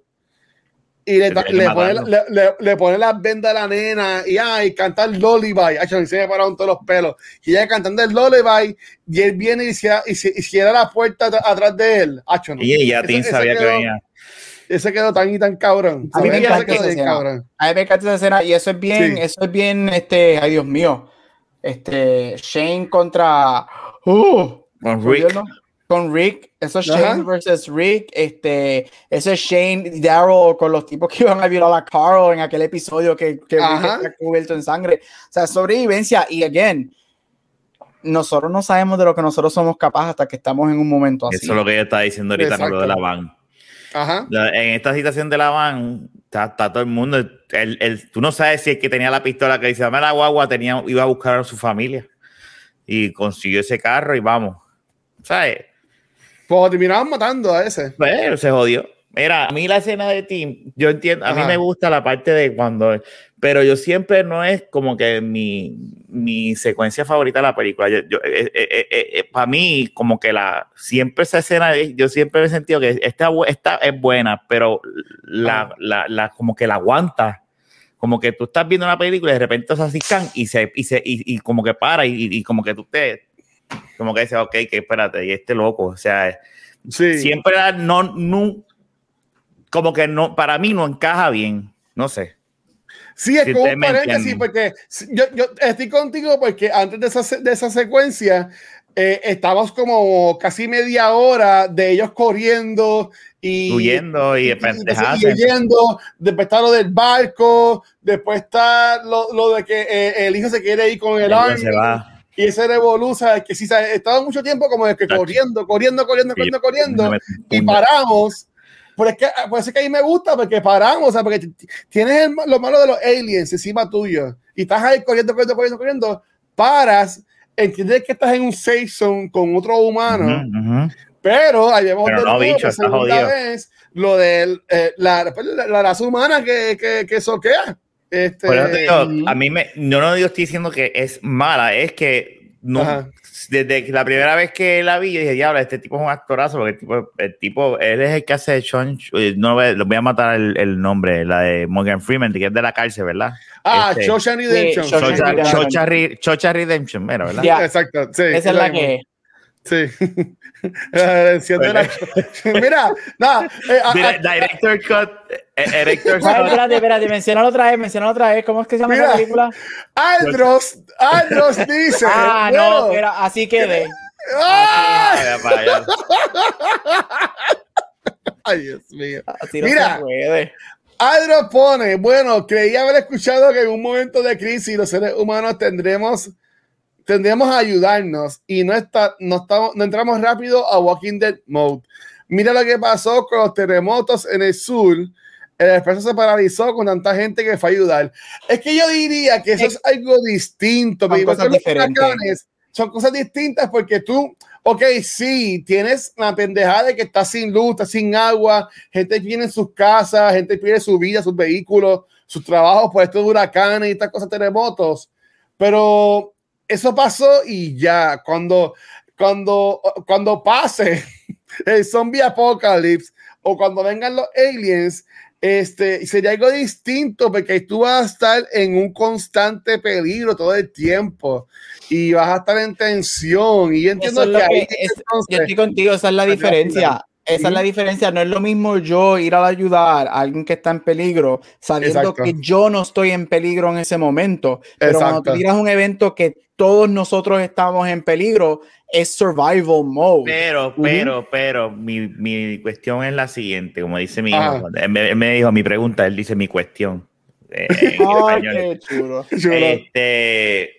y le, Que tiene que le, pone, matarlo. le, le, le pone las vendas a la nena y, ah, y canta el lullaby. Ay, se me pararon todos los pelos. Y ella cantando el lullaby, y él viene y, se, y, se, y cierra la puerta at- atrás de él. Acho, no. Y ya Ese- Tim ese sabía quedó- que venía. Ese quedó tan y tan cabrón. A mí me Ese encanta quedó esa bien escena. cabrón. A mí me encanta esa escena y eso es bien, Sí. eso es bien, este, ay Dios mío, este, Shane contra, uh, Con ¿olvidó el Rick. nombre? Con Rick, eso es Ajá. Shane versus Rick, este, eso es Shane y Daryl con los tipos que iban a violar a Carl en aquel episodio que, que Rick Ajá. está cubierto en sangre, o sea, sobrevivencia y again, nosotros no sabemos de lo que nosotros somos capaces hasta que estamos en un momento así. Eso es lo que ella está diciendo ahorita con lo de la van. Ajá. La- En esta situación de la van, está, está todo el mundo. El, el, tú no sabes si el que tenía la pistola que dice, dame la guagua, tenía, iba a buscar a su familia. Y consiguió ese carro y vamos. ¿Sabes? Pues terminaban matando a ese. Pero se jodió. Mira, a mí la escena de Tim, yo entiendo, a mí Ajá. me gusta la parte de cuando, pero yo siempre no es como que mi, mi secuencia favorita de la película. Yo, yo, eh, eh, eh, eh, para mí, como que la, siempre esa escena, yo siempre he sentido que esta, esta es buena, pero la, Ajá. la, la, como que la aguanta. Como que tú estás viendo una película y de repente se asiscan y se, y se, y, y como que para y, y como que tú te, como que dices, ok, que espérate, y este loco, o sea, Sí. siempre la- no, no, como que no, para mí no encaja bien, no sé. Sí, es Si como ustedes un me paréntesis, entienden. porque yo, yo estoy contigo porque antes de esa, se- de esa secuencia eh, estamos como casi media hora de ellos corriendo y Huyendo y de y- y- pendejadas. y huyendo, después está lo del barco, después está lo, lo de que eh, el hijo se quiere ir con el Entonces army se va. y ese revoluza, que sí, ¿sabes? Estaba mucho tiempo como de que Tacho. corriendo, corriendo, corriendo, Sí, corriendo, corriendo me metí un y puño. paramos. Pero es que, por eso es que ahí me gusta, porque paramos, o sea, porque t- tienes el, lo malo de los aliens encima tuyo y estás ahí corriendo, corriendo, corriendo, corriendo, paras, entiendes que estás en un safe zone con otro humano, Ujú, ujú. pero ahí vemos Pero de no, nuevo, bicho, por está segunda jodido. vez lo de eh, la, la, la raza humana que, que, que soquea. Este, Por eso te digo, Ujú. a mí me, yo no yo estoy diciendo que es mala, es que no, desde la primera vez que la vi, yo dije, diablo, este tipo es un actorazo, porque el tipo, el tipo él es el que hace Sean, no lo voy a matar el, el nombre, la de Morgan Freeman, que es de la cárcel, ¿verdad? Ah, este, Shawshank Redemption. Sí, Shawshank Chocha, Redemption. Chocha Redemption, mira, ¿verdad? Yeah. Exacto, sí. Esa es la que Sí. la Mira, nada. Eh, Mira, director cut. Eh, director Ay, cut. espérate, espérate, menciónalo otra vez, menciónalo otra vez. ¿Cómo es que se llama Mira, la película? Aldros, Aldros dice. Ah, bueno, no, era así quedé. ¡Ah! Vaya, Ay, Dios mío. Así no Mira, se puede. Aldros pone, bueno, creí haber escuchado que en un momento de crisis los seres humanos tendremos tendremos a ayudarnos y no, está, no, estamos, no entramos rápido a Walking Dead mode. Mira lo que pasó con los terremotos en el sur. El expreso se paralizó con tanta gente que fue a ayudar. Es que yo diría que eso es, es algo distinto. Son cosas diferentes. Huracanes, son cosas distintas porque tú, ok, sí, tienes la pendejada de que estás sin luz, estás sin agua, gente pierde sus casas, gente pierde su vida, sus vehículos, sus trabajos por estos huracanes y estas cosas, terremotos. Pero eso pasó y ya, cuando, cuando, cuando pase el zombie apocalypse o cuando vengan los aliens, este, sería algo distinto porque tú vas a estar en un constante peligro todo el tiempo y vas a estar en tensión. Y yo entiendo que, que, ahí, que es, entonces, yo estoy contigo, esa es la diferencia. Esa ¿sí? es la diferencia. No es lo mismo yo ir a ayudar a alguien que está en peligro sabiendo Exacto. que yo no estoy en peligro en ese momento. Pero Exacto. cuando tú tiras un evento que todos nosotros estamos en peligro, es survival mode. Pero, uh-huh. pero, pero, mi, mi cuestión es la siguiente, como dice mi hijo. Él me, él me dijo mi pregunta, él dice mi cuestión. Eh, oh, qué chulo. Este,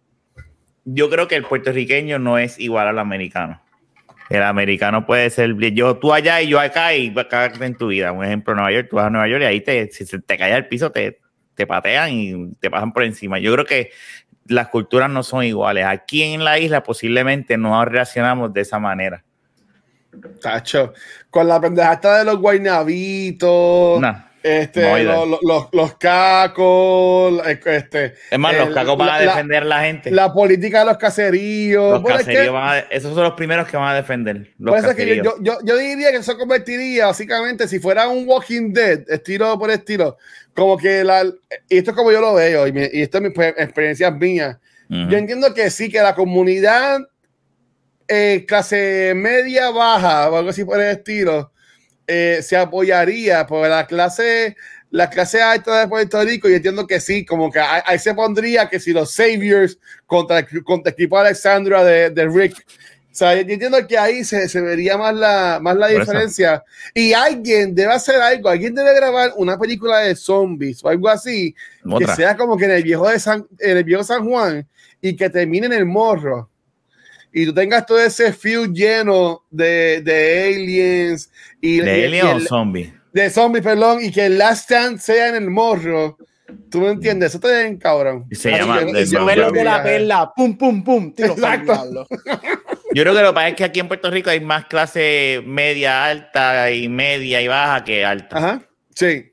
yo creo que el puertorriqueño no es igual al americano. El americano puede ser yo, tú allá y yo acá y cagarte en tu vida. Un ejemplo, Nueva York, tú vas a Nueva York y ahí te, si se te cae al piso, te, te patean y te pasan por encima. Yo creo que las culturas no son iguales. Aquí en la isla posiblemente no reaccionamos de esa manera. Tacho, con la pendejata de los guaynabitos. No. Este, no los, los, los cacos, este, es más, los cacos van a defender a la gente. La política de los caseríos. Los bueno, caseríos es que, van a, esos son los primeros que van a defender. Los pues es que yo, yo, yo diría que eso convertiría, básicamente, si fuera un Walking Dead, estilo por estilo, como que la, y esto es como yo lo veo, y, me, y esto es mi pues, experiencia mía. Uh-huh. Yo entiendo que sí, que la comunidad eh, clase media baja, o algo así por el estilo, Eh, se apoyaría por la clase la clase alta de Puerto Rico, y entiendo que sí, como que ahí, ahí se pondría que si los Saviors contra el, contra el equipo Alexandra de, de Rick, o sea, yo entiendo que ahí se, se vería más la, más la diferencia, y alguien debe hacer algo, alguien debe grabar una película de zombies o algo así, Otra. que sea como que en el viejo de San, en el viejo San Juan y que termine en el Morro y tú tengas todo ese field lleno de, de aliens y de y, aliens y o zombies de zombies, perdón, y que el last stand sea en el Morro. ¿Tú me entiendes? Eso te den cabrón. Y se Así llama que, y se vuelve de la perla, pum, pum, pum. Tiro. Exacto. Yo creo que lo que pasa es que aquí en Puerto Rico hay más clase media alta y media y baja que alta. Ajá, sí.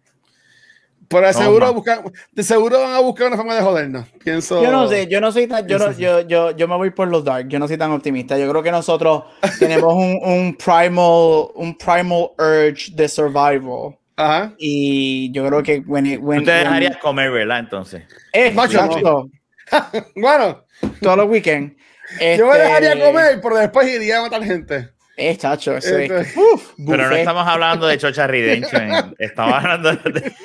Pero de seguro, buscan, de seguro van a buscar una forma de jodernos. Pienso. Yo no sé, yo no soy tan, yo, no, yo, yo, yo me voy por los dark, yo no soy tan optimista. Yo creo que nosotros tenemos un, un primal, un primal urge de survival. Ajá. Y yo creo que when it, when, tú te dejarías when, comer, ¿verdad? Entonces. Eh, macho, no. Bueno. Todos los weekends. Este, yo me dejaría comer, pero después iría a matar gente. Eh, chacho, eso este, es que, uf, pero no estamos hablando de Chocha Redemption, estamos hablando de...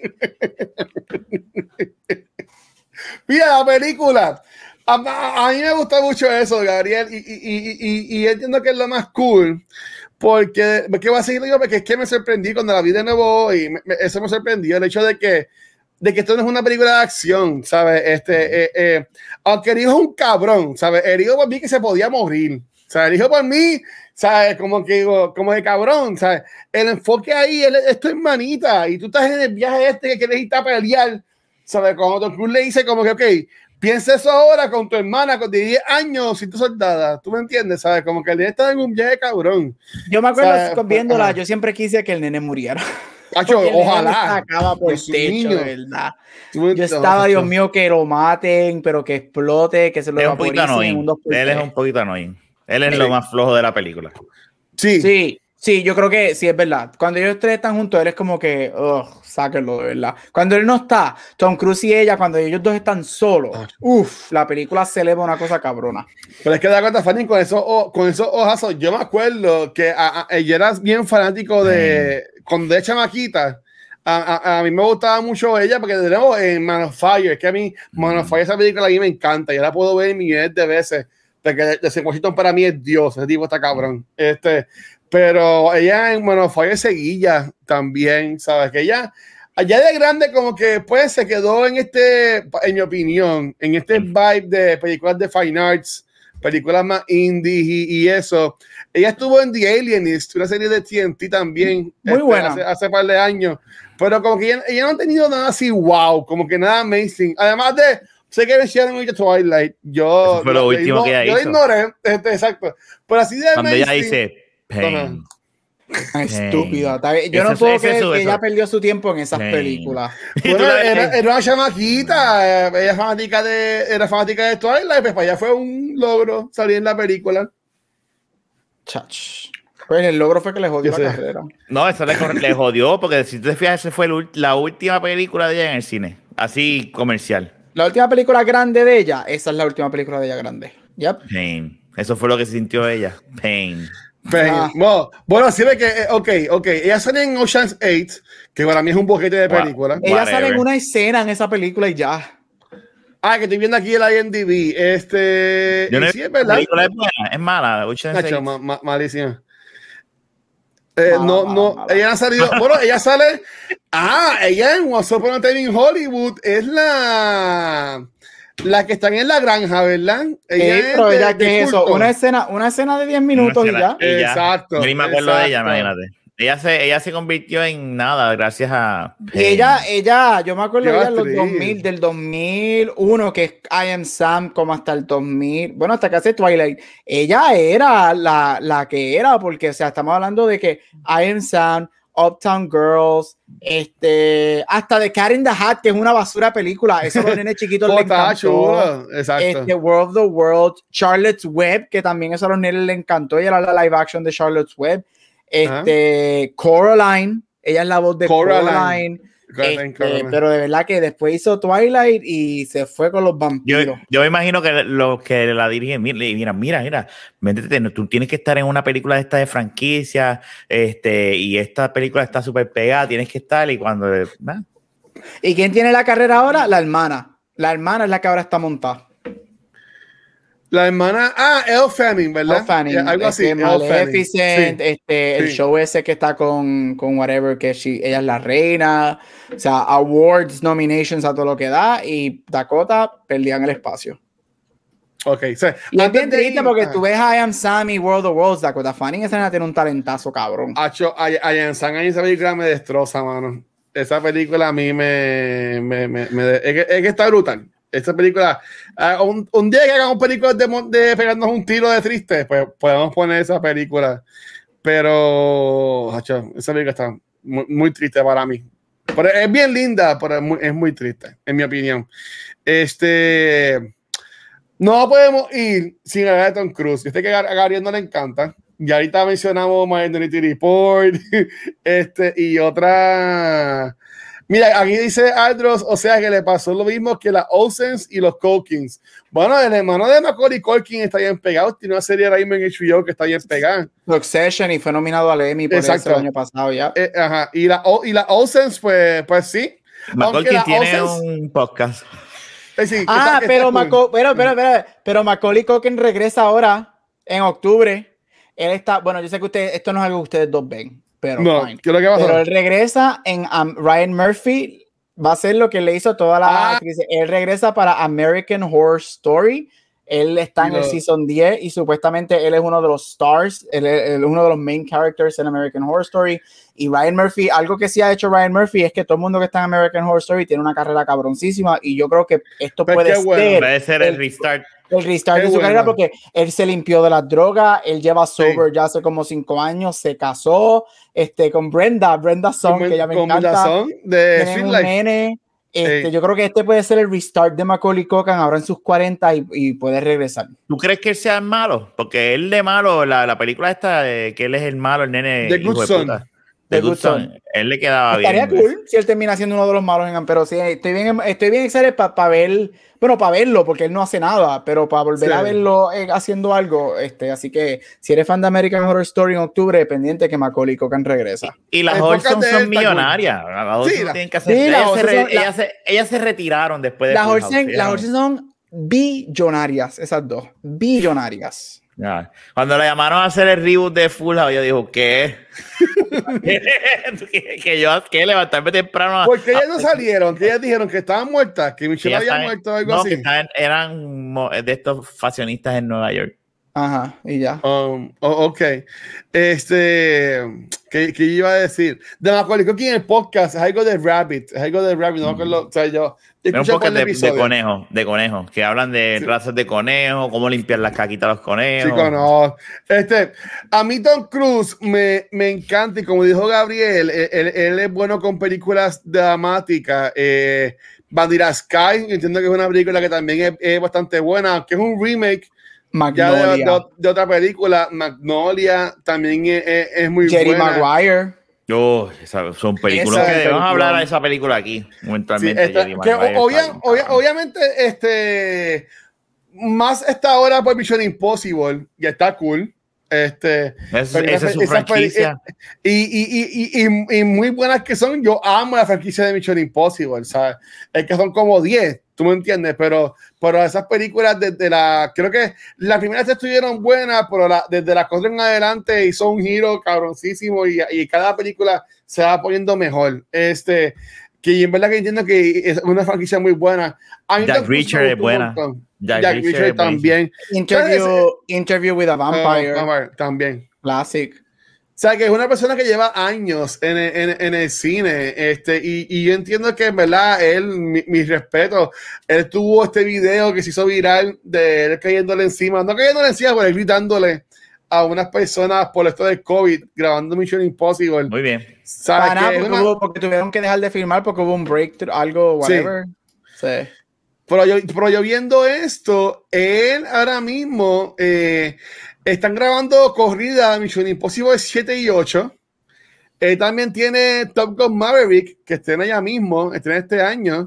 Mira la película. A, a, a mí me gusta mucho eso, Gabriel, y, y, y, y, y entiendo que es lo más cool, porque, porque voy a seguir digo, porque es que me sorprendí cuando la vi de nuevo y me, me, eso me sorprendió, el hecho de que de que esto no es una película de acción, ¿sabes? Este, eh, eh, aunque el hijo es un cabrón, ¿sabes? El hijo por mí que se podía morir, ¿sabes? El hijo por mí, ¿sabes? Como que como de cabrón, ¿sabes? El enfoque ahí, el, esto es manita, y tú estás en el viaje este que quieres irte a pelear, ¿sabes? Cuando Tom Cruise le dice como que, ok, piensa eso ahora con tu hermana con diez años sin tu soldada, ¿tú me entiendes? ¿Sabes? Como que el nene está en un viaje cabrón. Yo me acuerdo, ¿sabes? Viéndola, yo siempre quise que el nene muriera. Cacho, ojalá. Acaba por el techo, niño. ¿verdad? Yo estaba, Dios mío, que lo maten, pero que explote, que se lo evaporicen en un dos por tres. Él es un poquito annoying. Él es sí. lo más flojo de la película. Sí. Sí, sí, yo creo que sí es verdad. Cuando ellos tres están juntos, él es como que, ugh, sáquenlo de verdad. Cuando él no está, Tom Cruise y ella, cuando ellos dos están solos, uff, la película se eleva una cosa cabrona. Pero es que da cuenta, Fanny, con esos, con esos ojazos, yo me acuerdo que a, a, yo era bien fanático de, mm. cuando de chamaquita, a, a, a mí me gustaba mucho ella, porque de nuevo en Man of Fire, es que a mí, mm. Man of Fire, esa película a mí me encanta, yo la puedo ver millones de veces, porque de, de Washington para mí es Dios, ese tipo está cabrón. Este, pero ella en Man of Fire seguilla también, ¿sabes? Que ella, allá de grande, como que pues se quedó en este, en mi opinión, en este vibe de películas de Fine Arts, películas más indie y, y eso. Ella estuvo en The Alienist, una serie de T N T también. Muy este, buena. Hace, hace par de años. Pero como que ella, ella no ha tenido nada así, wow, como que nada amazing. Además de, sé que mencionaron mucho Twilight. Yo, fue lo, lo último yo, que ella yo hizo. Yo ignoré, este, exacto. Pero así de Cuando amazing. ella dice, pain. Estúpida. Yo eso, no puedo creer que ella perdió su tiempo en esas Pain. películas. Bueno, era, era una chamaquita. Ella fanática de, era fanática de Twilight, pues para ella fue un logro salir en la película. Chach. Pues el logro fue que le jodió la carrera. No, eso le, le jodió, porque si te fijas, esa fue el, la última película de ella en el cine. Así comercial. La última película grande de ella, esa es la última película de ella grande. Yep. Pain. Eso fue lo que sintió ella. Pain. Ah. Bueno, bueno, sí ve que, ok, ok, ella sale en Ocean's eight, que para mí es un boquete de película. Wow. Ella Whatever. sale en una escena en esa película y ya. Ah, que estoy viendo aquí el I M D B. Este, Yo no sí, es verdad. La película es buena, es mala. Ocean's eight. Ma, ma, malísima. Eh, mala, no, no, mala. Ella ha salido, bueno, ella sale, ah, ella en What's Up on a Time in Hollywood es la... La que están en la granja, ¿verdad? Ella sí, pero ella, ¿qué es eso? Una escena, una escena de diez minutos escena, y ya. Ella, exacto. Yo ni me acuerdo exacto. de ella, imagínate. Ella se, ella se convirtió en nada gracias a... Y ella, ella, yo me acuerdo de ella en los dos mil, del dos mil uno, que es I Am Sam, como hasta el dos mil, bueno, hasta que hace Twilight. Ella era la, la que era, porque, o sea, estamos hablando de que I Am Sam, Uptown Girls, este, hasta The Cat in the Hat, que es una basura película, eso a los nenes chiquitos les encantó. Este, World of the World, Charlotte's Web, que también eso a los nenes les encantó, ella era la live action de Charlotte's Web. Este, uh-huh. Coraline, ella es la voz de Coraline, Coraline. Este, pero de verdad que después hizo Twilight y se fue con los vampiros. Yo, yo me imagino que los que la dirigen, mira, mira, mira, métete, tú tienes que estar en una película de esta de franquicia, este, y esta película está súper pegada, tienes que estar y cuando... ¿eh? ¿Y quién tiene la carrera ahora? La hermana. La hermana es la que ahora está montada. La hermana, ah, Elle Fanning, ¿verdad? Elle Fanning, yeah, algo así. Este, Maleficent, sí. este, el sí. show ese que está con, con whatever, que she, ella es la reina, o sea, awards, nominations a todo lo que da, y Dakota perdía en el espacio. Ok, sí. Y es bien triste porque ah. tú ves a I Am Sam y World of Worlds, Dakota Fanning esa nena tiene un talentazo, cabrón. Acho, I, I Am Sam, esa película me destroza, mano. Esa película a mí me... me, me, me es, que, es que está brutal. Esta película, uh, un, un día que hagamos películas de, de pegarnos un tiro de triste, pues podemos poner esa película. Pero, hacho, esa película está muy, muy triste para mí. Pero es bien linda, pero es muy, es muy triste, en mi opinión. Este, no podemos ir sin hablar de Tom Cruise. Yo sé que a Gabriel no le encanta. Y ahorita mencionamos Minority Report este, y otra... Mira, aquí dice Aldros, o sea que le pasó lo mismo que las Olsens y los Culkins. Bueno, el hermano de Macaulay Culkin está bien pegado, tiene una serie ahora mismo en H B O que está bien pegada. Succession y fue nominado al Emmy por eso el año pasado ya. Eh, ajá, y la, y la Olsens, pues, pues sí. Macaulay tiene Olsens, un podcast. Eh, sí, ah, está, pero, Maco, pero, pero, pero, pero Macaulay Culkin regresa ahora, en octubre. Él está, bueno, yo sé que ustedes, esto no es algo que ustedes dos ven. Pero, no, fine. ¿qué es lo que va a pero él regresa en um, Ryan Murphy va a ser lo que le hizo toda la ah. actriz. Él regresa para American Horror Story Él está en el Season diez y supuestamente él es uno de los stars, él es uno de los main characters en American Horror Story. Y Ryan Murphy, algo que sí ha hecho Ryan Murphy es que todo el mundo que está en American Horror Story tiene una carrera cabroncísima y yo creo que esto pues puede ser, bueno. puede ser el, el restart. El restart qué de su bueno. carrera porque él se limpió de las drogas, él lleva sober sí. ya hace como cinco años, se casó este, con Brenda, Brenda Song, con, que ya me con encanta. Brenda Song de Tienen un nene. Este, hey. Yo creo que este puede ser el restart de Macaulay Culkin ahora en sus cuarenta y, y puede regresar. ¿Tú crees que él sea malo? Porque él de malo, la, la película esta de que él es el malo, el nene The Good Son. The Good Son. Él le quedaba Estaría bien. Estaría cool si él termina siendo uno de los malos en pero sí, estoy bien, estoy bien excited para pa ver, bueno, para verlo, porque él no hace nada, pero para volver sí. a verlo eh, haciendo algo, este, así que si eres fan de American Horror Story en octubre, pendiente que Macaulay Culkin regresa. Y, y las Olsen son millonarias. Las Olsen tienen que hacer. Sí, ellas, se re, son, ellas, la, se, ellas se retiraron después de las Olsen, las Olsen son billonarias, esas dos, billonarias. Ya. Cuando le llamaron a hacer el reboot de Full House, yo digo, ¿qué? que, que yo que levantarme temprano. A, Porque ellas no salieron, que ellas dijeron que estaban muertas, que Michelle había saben, muerto o algo no, así. Que estaban, eran de estos faccionistas en Nueva York. Ajá, y ya. Um, oh, ok. Este, ¿qué, ¿qué iba a decir? De Macaulay Culkin en el podcast, es algo de Rabbit, es algo de Rabbit, no me acuerdo, o sea, yo... Es un podcast de, de conejos, de conejos, que hablan de sí. razas de conejos, cómo limpiar las caquitas a los conejos. Chicos, no. Este, a mí Tom Cruise me, me encanta y como dijo Gabriel, él, él es bueno con películas dramáticas. Eh, Bandera Sky, entiendo que es una película que también es, es bastante buena, que es un remake Magnolia. ya de, de, de otra película. Magnolia también es, es, es muy Jerry buena. Jerry Maguire. Oh, esas son películas esa que debemos película. hablar de esa película aquí momentalmente. Sí, esta, que obvia, obvia, obviamente este más esta hora por Mission Impossible ya está cool. Este, es, esa es su franquicia y, y, y, y, y muy buenas que son. Yo amo la franquicia de Mission Impossible, ¿sabes? Es que son como diez, tú me entiendes, pero, pero esas películas desde la, creo que las primeras estuvieron buenas, pero la, desde las cosas en adelante hizo un giro cabroncísimo y, y cada película se va poniendo mejor. Este, que en verdad que entiendo que es una franquicia muy buena. Jack Reacher es buena. Jack, Jack Reacher, Reacher también. Interview, Entonces, Interview with a Vampire. Uh, Vampire también. Classic. O sea, que es una persona que lleva años en el, en, en el cine, este, y, y yo entiendo que en verdad él, mi, mi respeto, él tuvo este video que se hizo viral de él cayéndole encima, no cayéndole encima, pero él gritándole a unas personas por esto del COVID, grabando Mission Impossible. Muy bien. Para nada, porque, una... hubo, porque tuvieron que dejar de filmar porque hubo un breakthrough, algo, whatever. Sí. sí. Pero, yo, pero yo viendo esto, él ahora mismo... Eh, están grabando corrida Mission Impossible siete y ocho. Eh, también tiene Top Gun Maverick, que estrena ya mismo, estrena este año.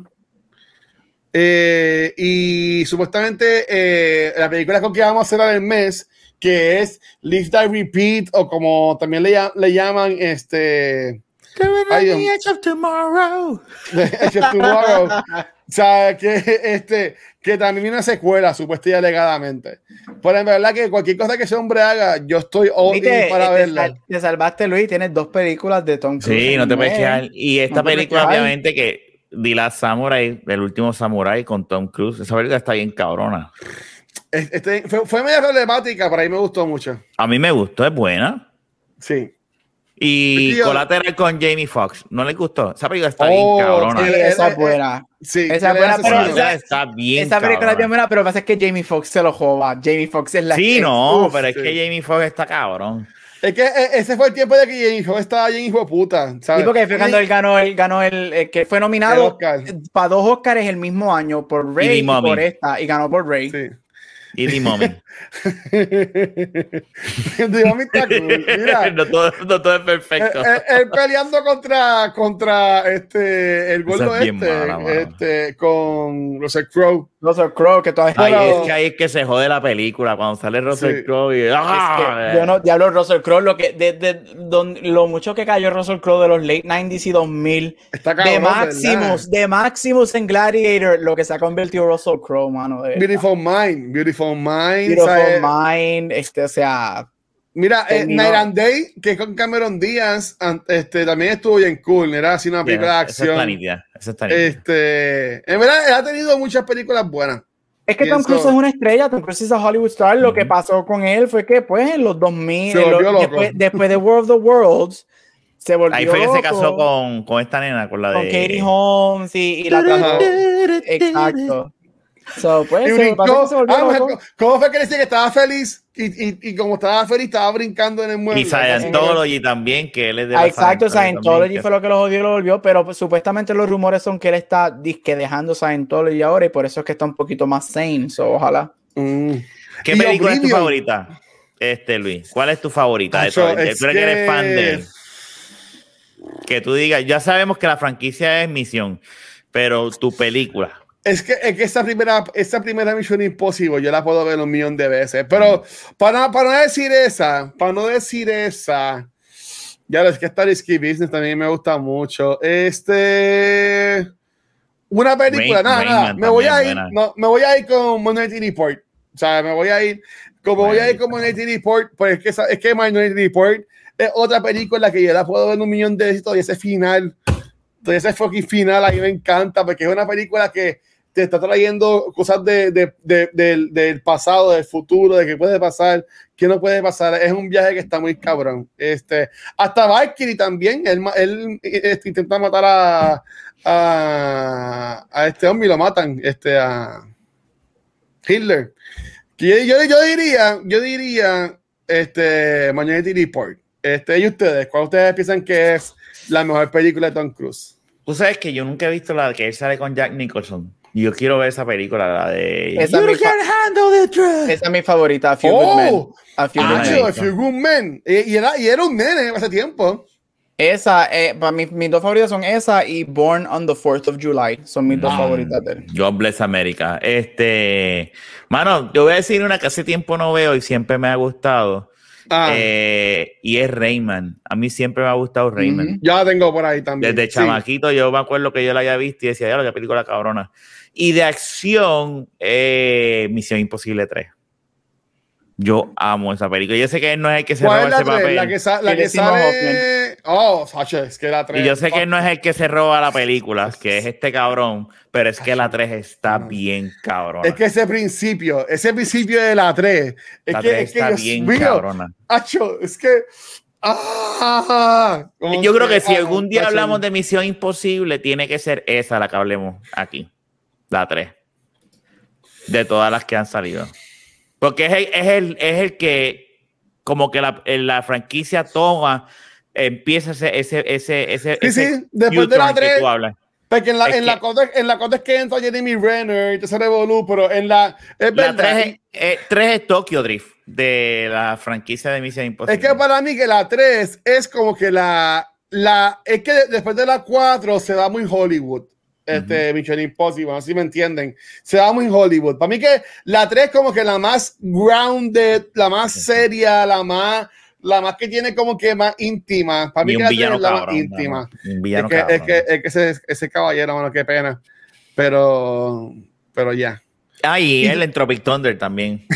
Eh, y supuestamente eh, la película con que vamos a hacer en el mes, que es Live, Die, Repeat, o como también le, le llaman, este... Ay, the Edge of Tomorrow. The Edge of Tomorrow. O sea, que, este, que también viene una secuela, supuestamente y alegadamente. Pero en verdad que cualquier cosa que ese hombre haga, yo estoy all in para te verla. Sal, te salvaste, Luis, tienes dos películas de Tom Cruise. Sí, no te puedes quedar. Y esta no película, obviamente, que The Last Samurai, el último Samurai con Tom Cruise, esa película está bien cabrona. Este, fue, fue media problemática, pero a mí me gustó mucho. A mí me gustó, es buena. Sí. Y tío, Collateral con Jamie Foxx, ¿no le gustó? Esa película está oh, bien cabrona. Sí, esa es buena. Sí, esa es buena, pero esa está bien esa película es bien buena, pero lo que pasa es que Jamie Foxx se lo joba. Jamie Foxx es la Sí, que, no, uf, pero sí. es que Jamie Foxx está cabrón. Es que ese fue el tiempo de que Jamie Foxx estaba bien hijo de puta, ¿sabes? Sí, porque fue cuando él ganó, él ganó el, el que fue nominado para dos Oscars el mismo año, por Ray y, y por esta, y ganó por Ray. Sí. Y The Mommy. The Mommy está cool. Mira, no, todo, no todo es perfecto. Él, él peleando contra, contra este, el gordo este, mala, este con Russell Crowe. Russell Crowe, que todavía Ay, pero... es que ahí es que se jode la película cuando sale Russell sí. Crowe y ¡ah! Es que yo no diablo Russell Crowe, lo que de, de, de, lo mucho que cayó Russell Crowe de los late nineties y dos mil, Está cabrón, de Maximus, de Maximus en Gladiator, lo que se ha convertido Russell Crowe, mano. De Beautiful Mind, Beautiful Mind, Beautiful ¿sabes? Mind, este, o sea. Mira, eh, Night and Day, que es con Cameron Díaz, este, también estuvo bien cool, era así una película yeah, de acción. Esa es esa es este, en verdad, ha tenido muchas películas buenas. Es que Tom Cruise es una estrella, Tom Cruise es a Hollywood star. Lo uh-huh. que pasó con él fue que, pues, en los dos mil, se volvió los, después, después de War of the Worlds, se volvió Ahí fue que loco, se casó con, con esta nena, con la con de... Katie Holmes y, y la trajo. Exacto. So, pues, y se, brincó, se volvió ah, loco. ¿Cómo fue que decía que estaba feliz? Y, y, y como estaba feliz, estaba brincando en el mueble. Y Scientology también, que él es de ah, la exacto, Scientology también, fue lo que lo jodió y lo volvió, pero pues, supuestamente los rumores son que él está disque dejando Scientology ahora y por eso es que está un poquito más sane, so, ojalá. Mm. ¿Qué y película Oblivion. Es tu favorita, este Luis? ¿Cuál es tu favorita? Acho, de todo? Es ¿Tú que... eres fan de él? Que tú digas, ya sabemos que la franquicia es Misión, pero tu película... Es que, es que esta primera, esta primera Misión Imposible yo la puedo ver un millón de veces, pero para, para no decir esa, para no decir esa, ya es que esta Risky Business también me gusta mucho. Este, una película, Rain, nada, Rain nada, me voy a ir, no, me voy a ir con Minority Report, o sea, me voy a ir, como Rain, voy a ir con Minority Report, pues es que, es que Minority Report es otra película que yo la puedo ver un millón de veces y ese final, todo ese fucking final a mí me encanta, porque es una película que te está trayendo cosas de, de, de, de, del pasado, del futuro, de qué puede pasar, qué no puede pasar. Es un viaje que está muy cabrón. Este, hasta Valkyrie también, él, él este, intenta matar a, a, a este hombre y lo matan, este, a Hitler. Yo, yo, yo diría, yo diría, este, Minority Report. Este, ¿y ustedes? ¿Cuál ustedes piensan que es la mejor película de Tom Cruise? Tú sabes que yo nunca he visto la que él sale con Jack Nicholson. Y yo quiero ver esa película, la de... Esa, you es, mi handle the truth. Esa es mi favorita, A Few oh, Good Men. A Few, ah, good, men. A Few Good Men. Y, y, era, y era un nene hace tiempo. Esa, eh, para mí, mis dos favoritas son esa y Born on the fourth of July. Son mis dos ah, favoritas de él. God bless America. Este... Mano, yo voy a decir una que hace tiempo no veo y siempre me ha gustado. Ah. Eh, y es Rayman. A mí siempre me ha gustado Rayman. Mm-hmm. Ya la tengo por ahí también. Desde sí. chamaquito yo me acuerdo que yo la había visto y decía, ya, la película cabrona. Y de acción, eh, Misión Imposible tres. Yo amo esa película. Yo sé que él no es el que se roba ese papel. La que, sa la que sale... Oh, Sacha, es que la tres. Y yo sé que él no es el que se roba la película, que es este cabrón, pero es que la tres está bien cabrona. Es que ese principio, ese principio de la tres, es la que, tres es que está Dios bien mío, cabrona. Acho, es que... Ah, yo creo que, que si ah, algún día Acho. hablamos de Misión Imposible, tiene que ser esa la que hablemos aquí. La tres. De todas las que han salido. Porque es el, es el, es el que como que la, la franquicia toma, empieza ese ese ese ese, sí, ese sí. Después de la tres, porque en la, es en, que, la cosa, en la cosa es que entra Jeremy Renner y te se revolú, pero en la es la verdad, tres es, eh, tres es Tokyo Drift de la franquicia de Misión Imposible. Es que para mí que la tres es como que la la es que después de la cuatro se va muy Hollywood. Este, uh-huh. Mission Impossible, así me entienden. Se va muy Hollywood. Para mí que la tres como que la más grounded, la más seria, la más, la más que tiene como que más íntima. Para mí que la tres es la más íntima. Un villano es que, cabrón. Es que, es que ese, ese caballero, bueno, qué pena. Pero, pero ya. Ah, y él en Tropic Thunder también.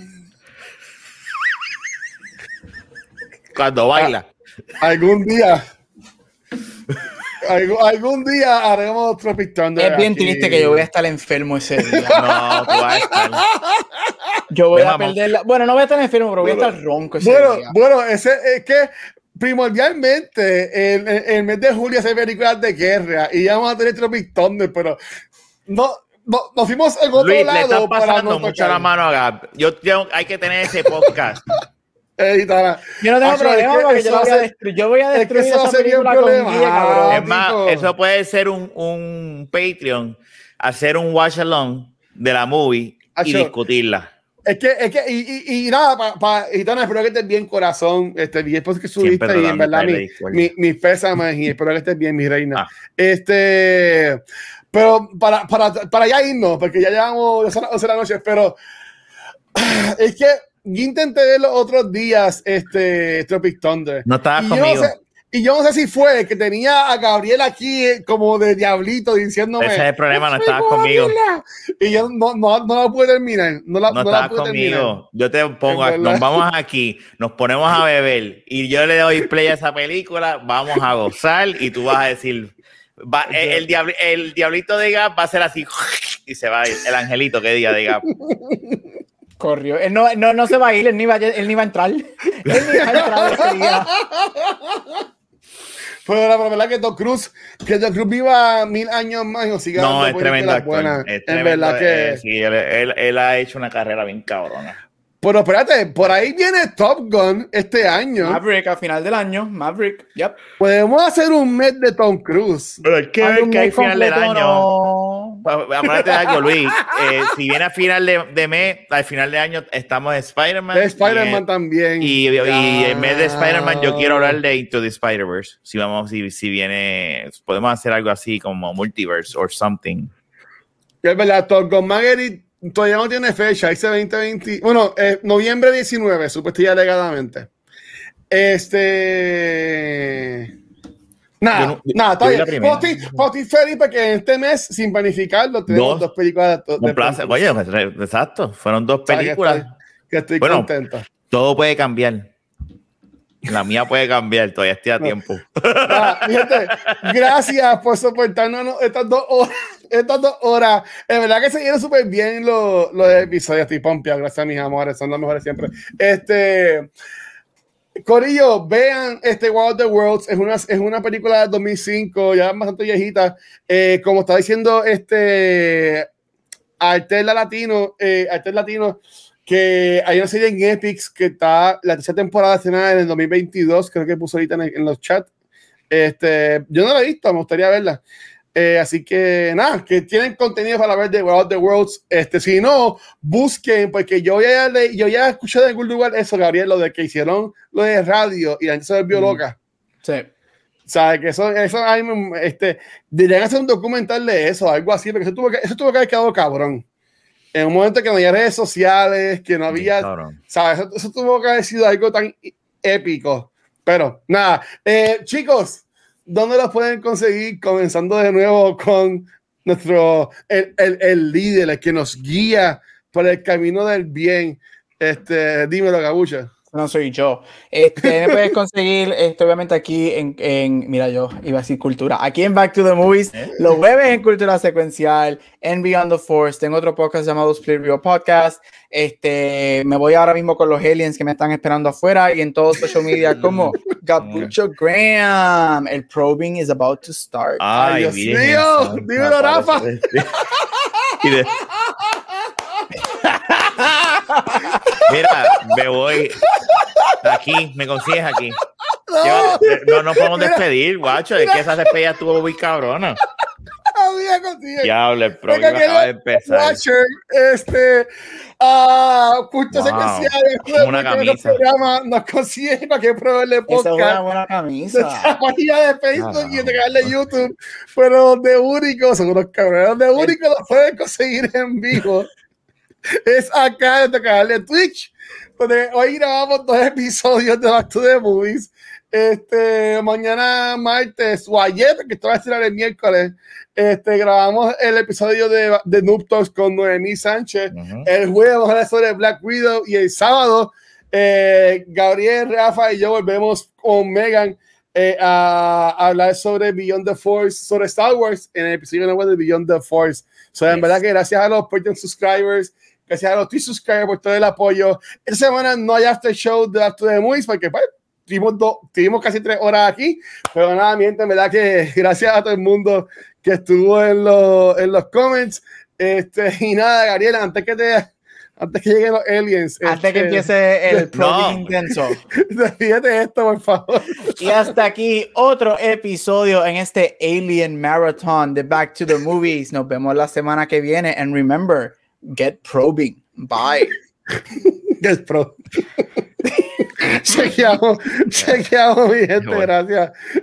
Cuando baila. Algún día. Algún, algún día haremos Tropic Thunder. Es bien aquí. Triste que yo voy a estar enfermo ese día. No, tú vas a estar. Yo voy a perder la... Bueno, no voy a estar enfermo, pero voy bueno, a estar ronco ese bueno, día. Bueno, ese, es que primordialmente el, el, el mes de julio hace películas de guerra y ya vamos a tener Tropic Thunder, pero no, no nos fuimos en otro Luis, lado. Le estás pasando no mucho la mano a Gab. Yo, yo, hay que tener ese podcast. Editora. Yo no tengo Acho, problema es que porque yo, lo voy a destruir. yo voy a destruir es que esa película con guía, cabrón. Es más, eso puede ser un, un Patreon, hacer un watch along de la movie Acho, y discutirla. Es que, es que, y, y, y nada, para, pa, Gitana, espero que estés bien, corazón, este, y después que subiste y en verdad mi, mi, mis pésames y espero que estés bien, mi reina. Ah. Este, pero para, para, para ya irnos, porque ya llevamos once de la noche, pero es que yo intenté ver los otros días este Tropic Thunder. No estabas y conmigo. Yo no sé, y yo no sé si fue que tenía a Gabriel aquí como de diablito diciéndome. Ese es el problema, no estabas conmigo. Y yo no, no, no la pude terminar. No, la, no, no estabas conmigo. Terminar. Yo te pongo, nos vamos aquí, nos ponemos a beber y yo le doy play a esa película, vamos a gozar y tú vas a decir, va, el, el, diabl, el diablito de Gab va a ser así. y se va a ir. El angelito que diga, diga. Corrió. Él no, no, no se va a ir, él ni va, él ni va a entrar. Él ni va a entrar ese día. Pero la verdad que Tom Cruise, que Tom Cruise viva mil años más y siga no, es tremendo actor. Es tremendo, verdad que... Eh, sí, él, él, él ha hecho una carrera bien cabrona. Pero espérate, por ahí viene Top Gun este año. Maverick, a final del año. Maverick, yep. Podemos hacer un mes de Tom Cruise. Pero es que hay ver que hay final del año. No. Acuérdate de algo, Luis. Eh, si viene a final de, de mes, al final de año estamos en Spider-Man. De Spider-Man también. Y, y, y en vez de Spider-Man, yo quiero hablar de Into the Spider-Verse. Si vamos, si, si viene, podemos hacer algo así como Multiverse or something. Es verdad, Top Gun Maverick todavía no tiene fecha, dice veinte veinte, bueno, eh, noviembre diecinueve, supuestamente alegadamente. Este... Nada, no, nada, todavía. Estoy feliz porque en este mes, sin planificarlo, tenemos dos, dos películas. De, un placer. Oye, exacto, fueron dos películas. Que estoy, que estoy bueno, contento. Todo puede cambiar. La mía puede cambiar, todavía estoy a tiempo. Ah, fíjate, gracias por soportarnos estas dos horas. Estas dos horas. Es verdad que se dieron súper bien los, los episodios. Estoy pompeado, gracias a mis amores, son los mejores siempre. Este, Corillo, vean este War of the Worlds. Es una, es una película de dos mil cinco, ya bastante viejita. Eh, como estaba diciendo, este Artela Latino, eh, Artel Latino. Que hay una serie en Epix que está la tercera temporada estrenada en el dos mil veintidós, creo que puso ahorita en, en los chats. Este, yo no la he visto, me gustaría verla. Eh, así que nada, que tienen contenido para ver de World of the Worlds. Este, si no, busquen, porque yo ya, le, yo ya escuché en algún lugar eso, Gabriel, lo de que hicieron lo de radio y la gente se volvió loca. Sí. ¿Sabes? Que eso, eso este, deberían hacer un documental de eso, algo así, porque eso tuvo que, eso tuvo que haber quedado cabrón. En un momento que no había redes sociales, que no había, sí, ¿sabes? Eso, eso tuvo que haber sido algo tan épico. Pero nada, eh, chicos, ¿dónde los pueden conseguir? Comenzando de nuevo con nuestro, el, el, el líder, el que nos guía por el camino del bien. Este, dímelo, Gabucha. No soy yo. Este, me puedes conseguir, este, obviamente aquí en, en, mira, yo iba a decir cultura, aquí en Back to the Movies, los jueves en Cultura Secuencial, en Beyond the Force, tengo otro podcast llamado Split Review Podcast, este, me voy ahora mismo con los aliens que me están esperando afuera y en todos social media como Gabucho Graham, el probing is about to start. Ay, Dios mío, dímelo, Rafa. Y de... Mira, me voy aquí, me consigues aquí. No, Yo, no nos podemos despedir, guacho. Es que esa despedida estuvo muy cabrona. Diablo, el programa acaba de empezar. Watcher, este, uh, Culto wow. Secuencial, una camisa. Programa, nos consigue cualquier programa de podcast. Esa es una buena camisa. La página de Facebook no, no, y de canal de YouTube, pero de único, son unos cabrones, de único los pueden conseguir en vivo. Es acá en nuestro canal de Twitch, donde hoy grabamos dos episodios de Back to the Movies. Este, mañana martes o ayer, que esto va a ser el miércoles, este, grabamos el episodio de, de Noob Talks con Noemí Sánchez. Uh-huh. El jueves vamos a hablar sobre Black Widow y el sábado eh, Gabriel, Rafa y yo volvemos con Megan eh, a, a hablar sobre Beyond the Force, sobre Star Wars en el episodio nuevo de Beyond the Force. So, yes. En verdad que gracias a los Patreon subscribers, gracias a los Twitch subscribers por todo el apoyo. Esta semana no hay after show de After the Movies porque pues, tuvimos, do, tuvimos casi tres horas aquí, pero nada, miente, en verdad que gracias a todo el mundo que estuvo en, lo, en los comments. Este, y nada, Gabriela, antes que te antes que lleguen los aliens, antes este, que empiece el probing no. intenso, fíjate esto, por favor. Y hasta aquí otro episodio en este Alien Marathon de Back to the Movies. Nos vemos la semana que viene, and remember, get probing. Bye. Get pro. Chequeamos, chequeamos, mi gente. Gracias.